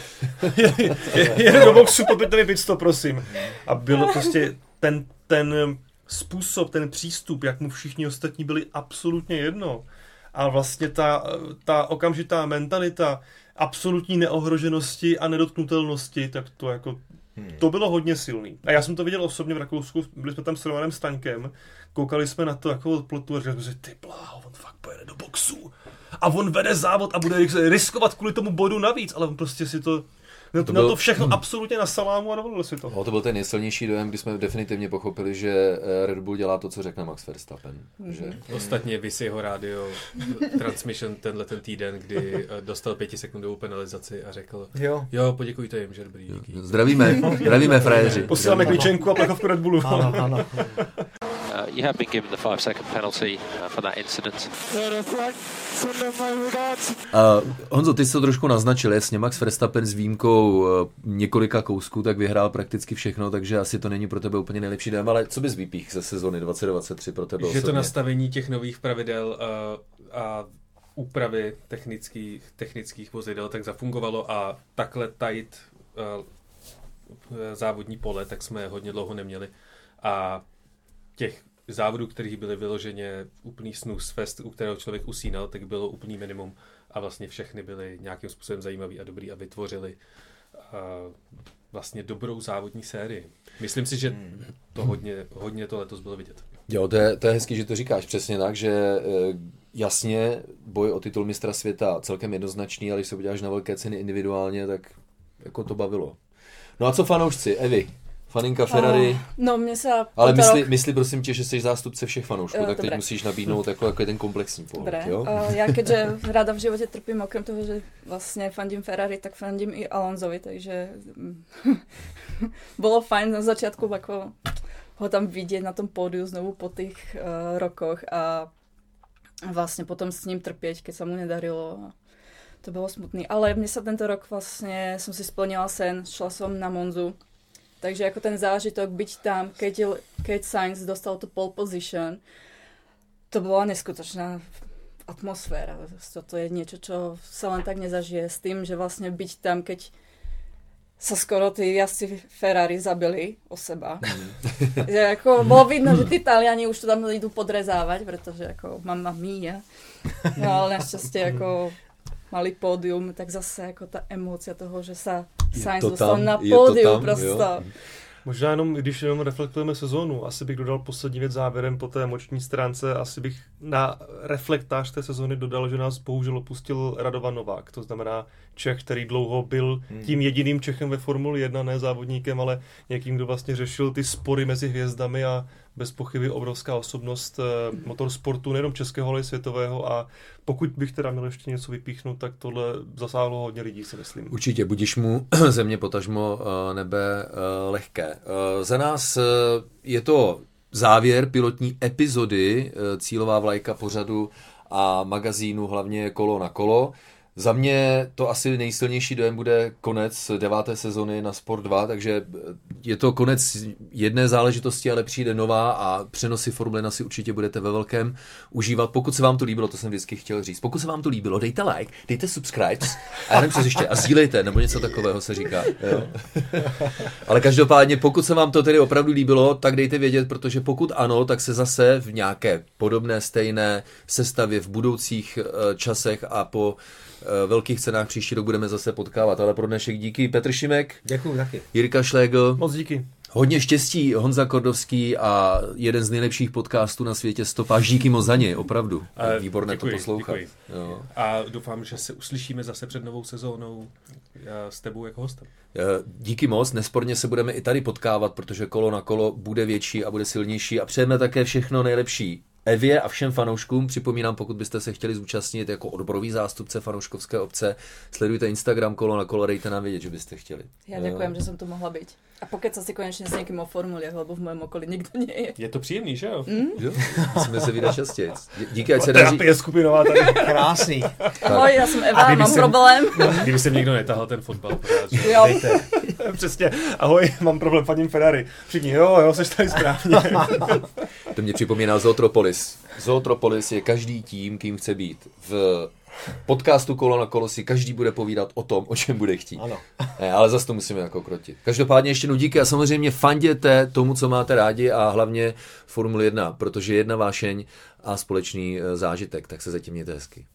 je, je, je do boxu, popěte mi pitstop, prosím. A bylo prostě ten, ten způsob, ten přístup, jak mu všichni ostatní byli absolutně jedno. A vlastně ta, ta okamžitá mentalita absolutní neohroženosti a nedotknutelnosti, tak to jako, to bylo hodně silný. A já jsem to viděl osobně v Rakousku, byli jsme tam s Romanem Staňkem, koukali jsme na to jako od plotu a říkali jsme si, ty bláho, on fakt pojede do boxu. A on vede závod a bude riskovat kvůli tomu bodu navíc, ale on prostě si to... No to, byl... to všechno absolutně na salámu a dovolil si to. No, to byl ten nejsilnější dojem, kdy jsme definitivně pochopili, že Red Bull dělá to, co řekne Max Verstappen. Mm-hmm. Že... Ostatně vys jeho rádio transmission tenhle ten týden, kdy dostal pětisekundovou penalizaci a řekl, Jo, jo, poděkujte jim, že dobrý, díky. Zdravíme, zdravíme frajeři. Posíláme klíčenku a plechovku Red Bullu. ano, ano. Uh, you have been given the five second penalty uh, for that incident. Uh, Honzo, ty jsi to trošku naznačil, jasně, Max Verstappen s výjimkou uh, několika kousků, tak vyhrál prakticky všechno, takže asi to není pro tebe úplně nejlepší dojem, ale co bys vypích ze sezony dvacet dvacet tři pro tebe Že osobně? to nastavení těch nových pravidel uh, a úpravy technických, technických vozidel tak zafungovalo a takhle tight uh, závodní pole, tak jsme hodně dlouho neměli. A těch závodů, kterých byly vyloženě úplný snooze fest, u kterého člověk usínal, tak bylo úplný minimum a vlastně všechny byly nějakým způsobem zajímavý a dobrý a vytvořili uh, vlastně dobrou závodní sérii. Myslím si, že to hodně, hodně to letos bylo vidět. Jo, to je, to je hezký, že to říkáš přesně tak, že jasně boj o titul mistra světa celkem jednoznačný, ale když se podíváš na velké ceny individuálně, tak jako to bavilo. No a co fanoušci? Evi, faninka Ferrari, Oh, no, mě se ale tento mysli, rok- mysli prosím tě, že jsi zástupce všech fanoušků, Jo, tak teď dobré. musíš nabídnout jako, jako ten komplexní pohled, Dobre, jo? uh, ja keďže rada v živote trpím, okrem toho, že vlastne fandím Ferrari, tak fandím i Alonsovi, takže bolo fajn na začiatku ako ho tam vidieť na tom pódiu znovu po tých uh, rokoch a vlastne potom s ním trpieť, keď sa mu nedarilo. To bolo smutný, ale mne sa tento rok vlastne, som si splnila sen, šla som na Monzu, takže ako ten zážitok byť tam, keď, keď Sainz dostal tu pole position, to bola neskutočná atmosféra. To je niečo, čo sa len tak nezažije s tým, že vlastne byť tam, keď sa skoro tí jazdci Ferrari zabili o seba. Že ako bolo vidno, že tí Taliani už to tam idú podrezávať, pretože ako mamma mia. No ale našťastie ako mali pódium, tak zase ako tá emócia toho, že sa Sainz dostal na pódium prosto. Možná jenom, když jenom reflektujeme sezónu, asi bych dodal poslední věc závěrem po té emoční stránce, asi bych na reflektář té sezóny dodal, že nás bohužel opustil Radovan Novák, to znamená Čech, který dlouho byl tím jediným Čechem ve Formuli jedna, ne závodníkem, ale někým, kdo vlastně řešil ty spory mezi hvězdami a bez pochyby obrovská osobnost motorsportu, nejenom českého, ale i světového a pokud bych teda měl ještě něco vypíchnout, tak tohle zasáhlo hodně lidí, si myslím. Určitě, budiš mu země potažmo nebe lehké. Za nás je to závěr pilotní epizody Cílová vlajka pořadu a magazínu hlavně Kolo na kolo. Za mě to asi nejsilnější dojem bude konec deváté sezony na Sport dva, takže je to konec jedné záležitosti, ale přijde nová a přenosy Formule jedna si určitě budete ve velkém užívat. Pokud se vám to líbilo, to jsem vždycky chtěl říct. Pokud se vám to líbilo, dejte like, dejte subscribe a já nevím, co ještě, a sdílejte, nebo něco takového se říká. Jo? Ale každopádně, pokud se vám to tedy opravdu líbilo, tak dejte vědět, protože pokud ano, tak se zase v nějaké podobné stejné sestavě v budoucích časech a po velkých cenách příští rok budeme zase potkávat. Ale pro dnešek díky Petr Šimek. Děkuju taky. Jirka Šlégl. Moc díky. Hodně štěstí Honza Kordovský a jeden z nejlepších podcastů na světě Stopáž. Díky moc za něj, opravdu. Je výborné děkuji, to poslouchat. Jo. A doufám, že se uslyšíme zase před novou sezónou s tebou jako hostem. Díky moc, nesporně se budeme i tady potkávat, protože Kolo na kolo bude větší a bude silnější a přejeme také všechno nejlepší Evě a všem fanouškům. Připomínám, pokud byste se chtěli zúčastnit jako odborový zástupce fanouškovské obce, sledujte Instagram Kolo na kolo, dejte nám vědět, že byste chtěli. Já děkujem, že jsem tu mohla být. A pokud si konečně s někým o formuliach, lebo v mém okolí nikdo nie je. Je to příjemný, že jo? Mm? Jo? Musíme se vydat častěji. Díky, ať se daří. Terapie skupinová tady. Krásný. Ahoj, já jsem Eva, mám jsem, problém. Kdyby se někdo netahal ten fotbal, pořád, že? Jo. Dejte. Přesně. Ahoj, mám problém, fandím Ferrari. Všichni, jo, jo, seš tady správně. To mě připomíná Zootropolis. Zootropolis je každý tím, kým chce být. V podcastu Kolo na kolo si každý bude povídat o tom, o čem bude chtít. Ano. Ne, ale zase to musíme jako krotit. Každopádně ještě jednou díky a samozřejmě fanděte tomu, co máte rádi a hlavně Formule jedna, protože jedna vášeň a společný zážitek, tak se zatím mějte hezky.